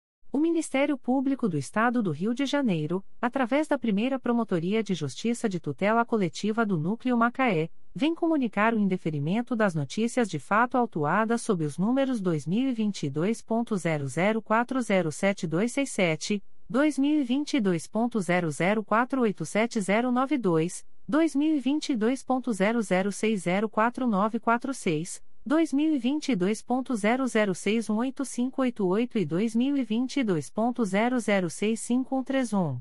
O Ministério Público do Estado do Rio de Janeiro, através da primeira Promotoria de Justiça de Tutela Coletiva do Núcleo Macaé, vem comunicar o indeferimento das notícias de fato autuadas sob os números dois mil e vinte e dois ponto zero zero quatro zero sete dois seis sete, dois mil e vinte e dois ponto zero zero quatro oito sete zero nove dois, dois mil e vinte e dois ponto zero zero seis zero quatro nove quatro seis, dois mil e vinte e dois ponto zero zero seis um oito cinco oito oito e dois mil e vinte e dois ponto zero zero seis cinco um três um.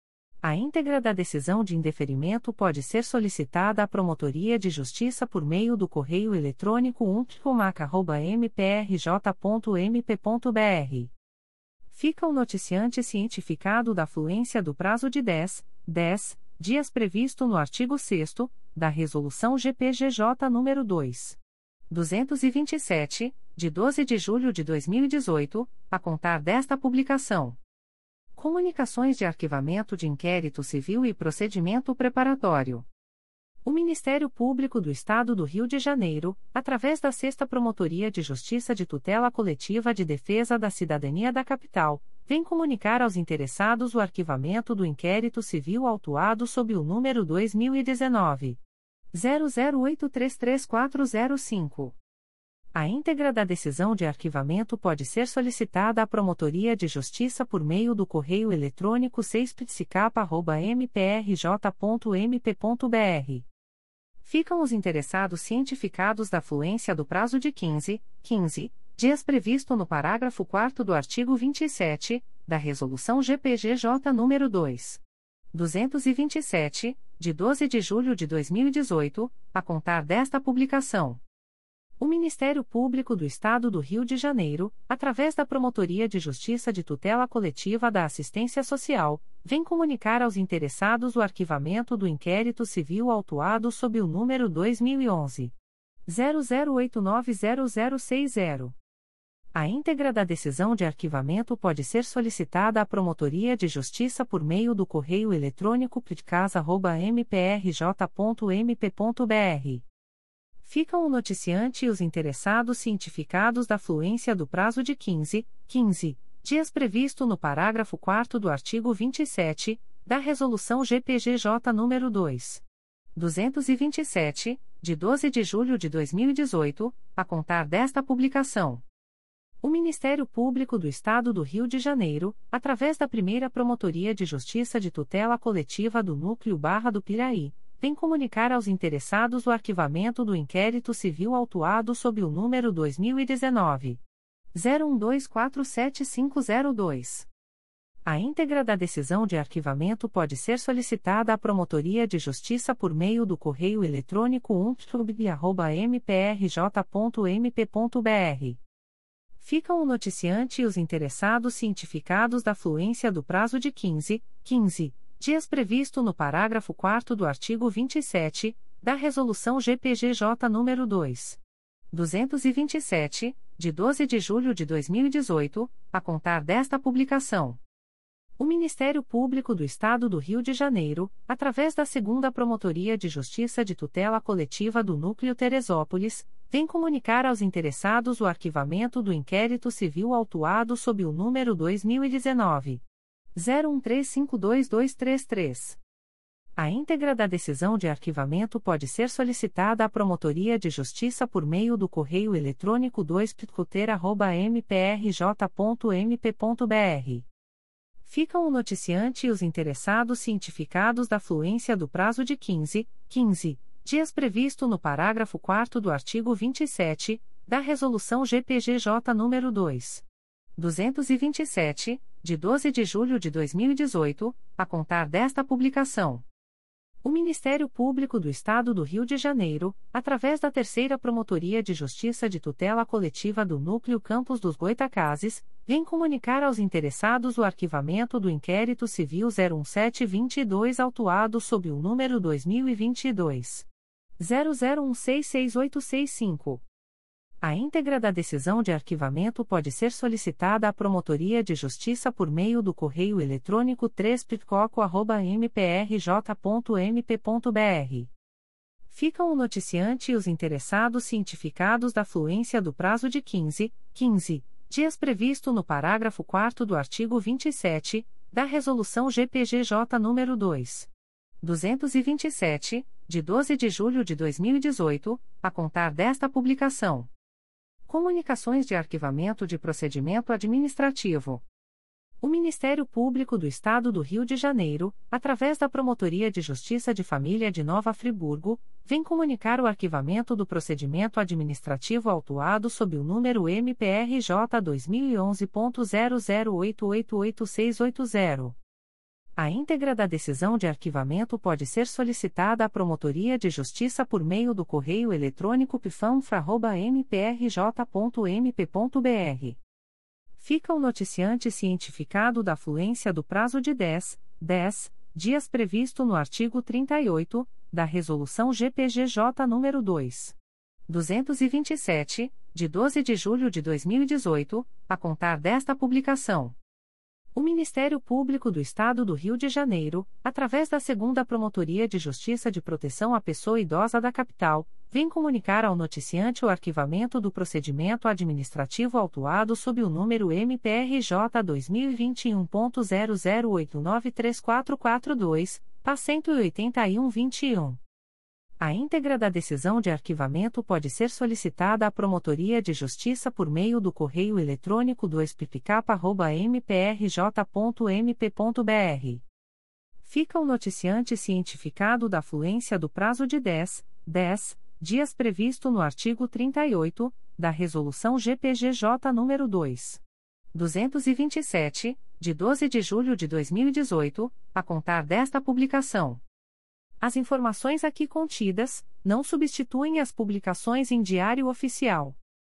A íntegra da decisão de indeferimento pode ser solicitada à Promotoria de Justiça por meio do correio eletrônico umpcomac arroba m p r j ponto m p ponto b r. Fica o noticiante cientificado da fluência do prazo de dez, dez dias previsto no artigo sexto da Resolução G P G J nº dois mil duzentos e vinte e sete, de doze de julho de dois mil e dezoito, a contar desta publicação. Comunicações de arquivamento de inquérito civil e procedimento preparatório. O Ministério Público do Estado do Rio de Janeiro, através da sexta Promotoria de Justiça de Tutela Coletiva de Defesa da Cidadania da Capital, vem comunicar aos interessados o arquivamento do inquérito civil autuado sob o número dois mil e dezenove. zero zero oito três três quatro zero cinco. A íntegra da decisão de arquivamento pode ser solicitada à Promotoria de Justiça por meio do correio eletrônico seis psicapa arroba m p r j ponto m p ponto b r. Ficam os interessados cientificados da fluência do prazo de quinze, quinze dias previsto no parágrafo quarto do artigo vinte e sete da Resolução G P G J nº dois mil duzentos e vinte e sete, de doze de julho de dois mil e dezoito, a contar desta publicação. O Ministério Público do Estado do Rio de Janeiro, através da Promotoria de Justiça de Tutela Coletiva da Assistência Social, vem comunicar aos interessados o arquivamento do inquérito civil autuado sob o número dois mil e onze. zero zero oito nove zero zero seis zero. A íntegra da decisão de arquivamento pode ser solicitada à Promotoria de Justiça por meio do correio eletrônico ptcas arroba m p r j ponto m p ponto b r. Ficam o noticiante e os interessados cientificados da fluência do prazo de quinze, quinze dias previsto no parágrafo quarto do artigo vinte e sete da Resolução G P G J nº dois mil duzentos e vinte e sete, de doze de julho de dois mil e dezoito, a contar desta publicação. O Ministério Público do Estado do Rio de Janeiro, através da primeira Promotoria de Justiça de Tutela Coletiva do Núcleo Barra do Piraí, vem comunicar aos interessados o arquivamento do inquérito civil autuado sob o número dois mil e dezenove. zero um dois quatro sete cinco zero dois. A íntegra da decisão de arquivamento pode ser solicitada à Promotoria de Justiça por meio do correio eletrônico umptub arroba m p r j ponto m p ponto b r. Ficam o noticiante e os interessados cientificados da fluência do prazo de quinze, quinze dias previsto no parágrafo quarto do artigo vinte e sete da Resolução G P G J nº dois duzentos e vinte e sete, de doze de julho de dois mil e dezoito, a contar desta publicação. O Ministério Público do Estado do Rio de Janeiro, através da Segunda Promotoria de Justiça de Tutela Coletiva do Núcleo Teresópolis, vem comunicar aos interessados o arquivamento do inquérito civil autuado sob o número dois mil e dezenove. zero um três cinco dois dois três três. A íntegra da decisão de arquivamento pode ser solicitada à Promotoria de Justiça por meio do correio eletrônico dois picoteira arroba m p r j ponto m p ponto b r. Ficam o noticiante e os interessados cientificados da fluência do prazo de quinze, quinze dias previsto no parágrafo quarto do artigo vinte e sete, da Resolução G P G J nº dois mil duzentos e vinte e sete, de doze de julho de dois mil e dezoito, a contar desta publicação. O Ministério Público do Estado do Rio de Janeiro, através da Terceira Promotoria de Justiça de Tutela Coletiva do Núcleo Campos dos Goytacazes, vem comunicar aos interessados o arquivamento do inquérito civil zero um sete dois dois autuado sob o número dois mil e vinte e dois. zero zero um seis seis oito seis cinco. A íntegra da decisão de arquivamento pode ser solicitada à Promotoria de Justiça por meio do correio eletrônico três picoco arroba m p r j ponto m p ponto b r. Ficam o noticiante e os interessados cientificados da fluência do prazo de quinze, quinze dias previsto no parágrafo quarto do artigo vinte e sete, da Resolução G P G J nº dois mil duzentos e vinte e sete, de doze de julho de dois mil e dezoito, a contar desta publicação. Comunicações de arquivamento de procedimento administrativo. O Ministério Público do Estado do Rio de Janeiro, através da Promotoria de Justiça de Família de Nova Friburgo, vem comunicar o arquivamento do procedimento administrativo autuado sob o número M P R J dois mil e onze ponto zero zero oito oito oito seis oito zero. A íntegra da decisão de arquivamento pode ser solicitada à Promotoria de Justiça por meio do correio eletrônico pifanfra arroba m p r j ponto m p ponto b r. Fica o noticiante cientificado da fluência do prazo de dez, dez dias previsto no artigo trinta e oito, da Resolução G P G J nº dois mil duzentos e vinte e sete, de doze de julho de dois mil e dezoito, a contar desta publicação. O Ministério Público do Estado do Rio de Janeiro, através da Segunda Promotoria de Justiça de Proteção à Pessoa Idosa da Capital, vem comunicar ao noticiante o arquivamento do procedimento administrativo autuado sob o número M P R J dois mil e vinte e um ponto zero zero oito nove três quatro quatro dois, P A cento e oitenta e um vinte e um. A íntegra da decisão de arquivamento pode ser solicitada à Promotoria de Justiça por meio do correio eletrônico dois pipicapa arroba m p r j ponto m p ponto b r. Fica o noticiante cientificado da fluência do prazo de dez, dez dias previsto no artigo trinta e oito, da Resolução G P G J nº dois mil duzentos e vinte e sete, de doze de julho de dois mil e dezoito, a contar desta publicação. As informações aqui contidas não substituem as publicações em Diário Oficial.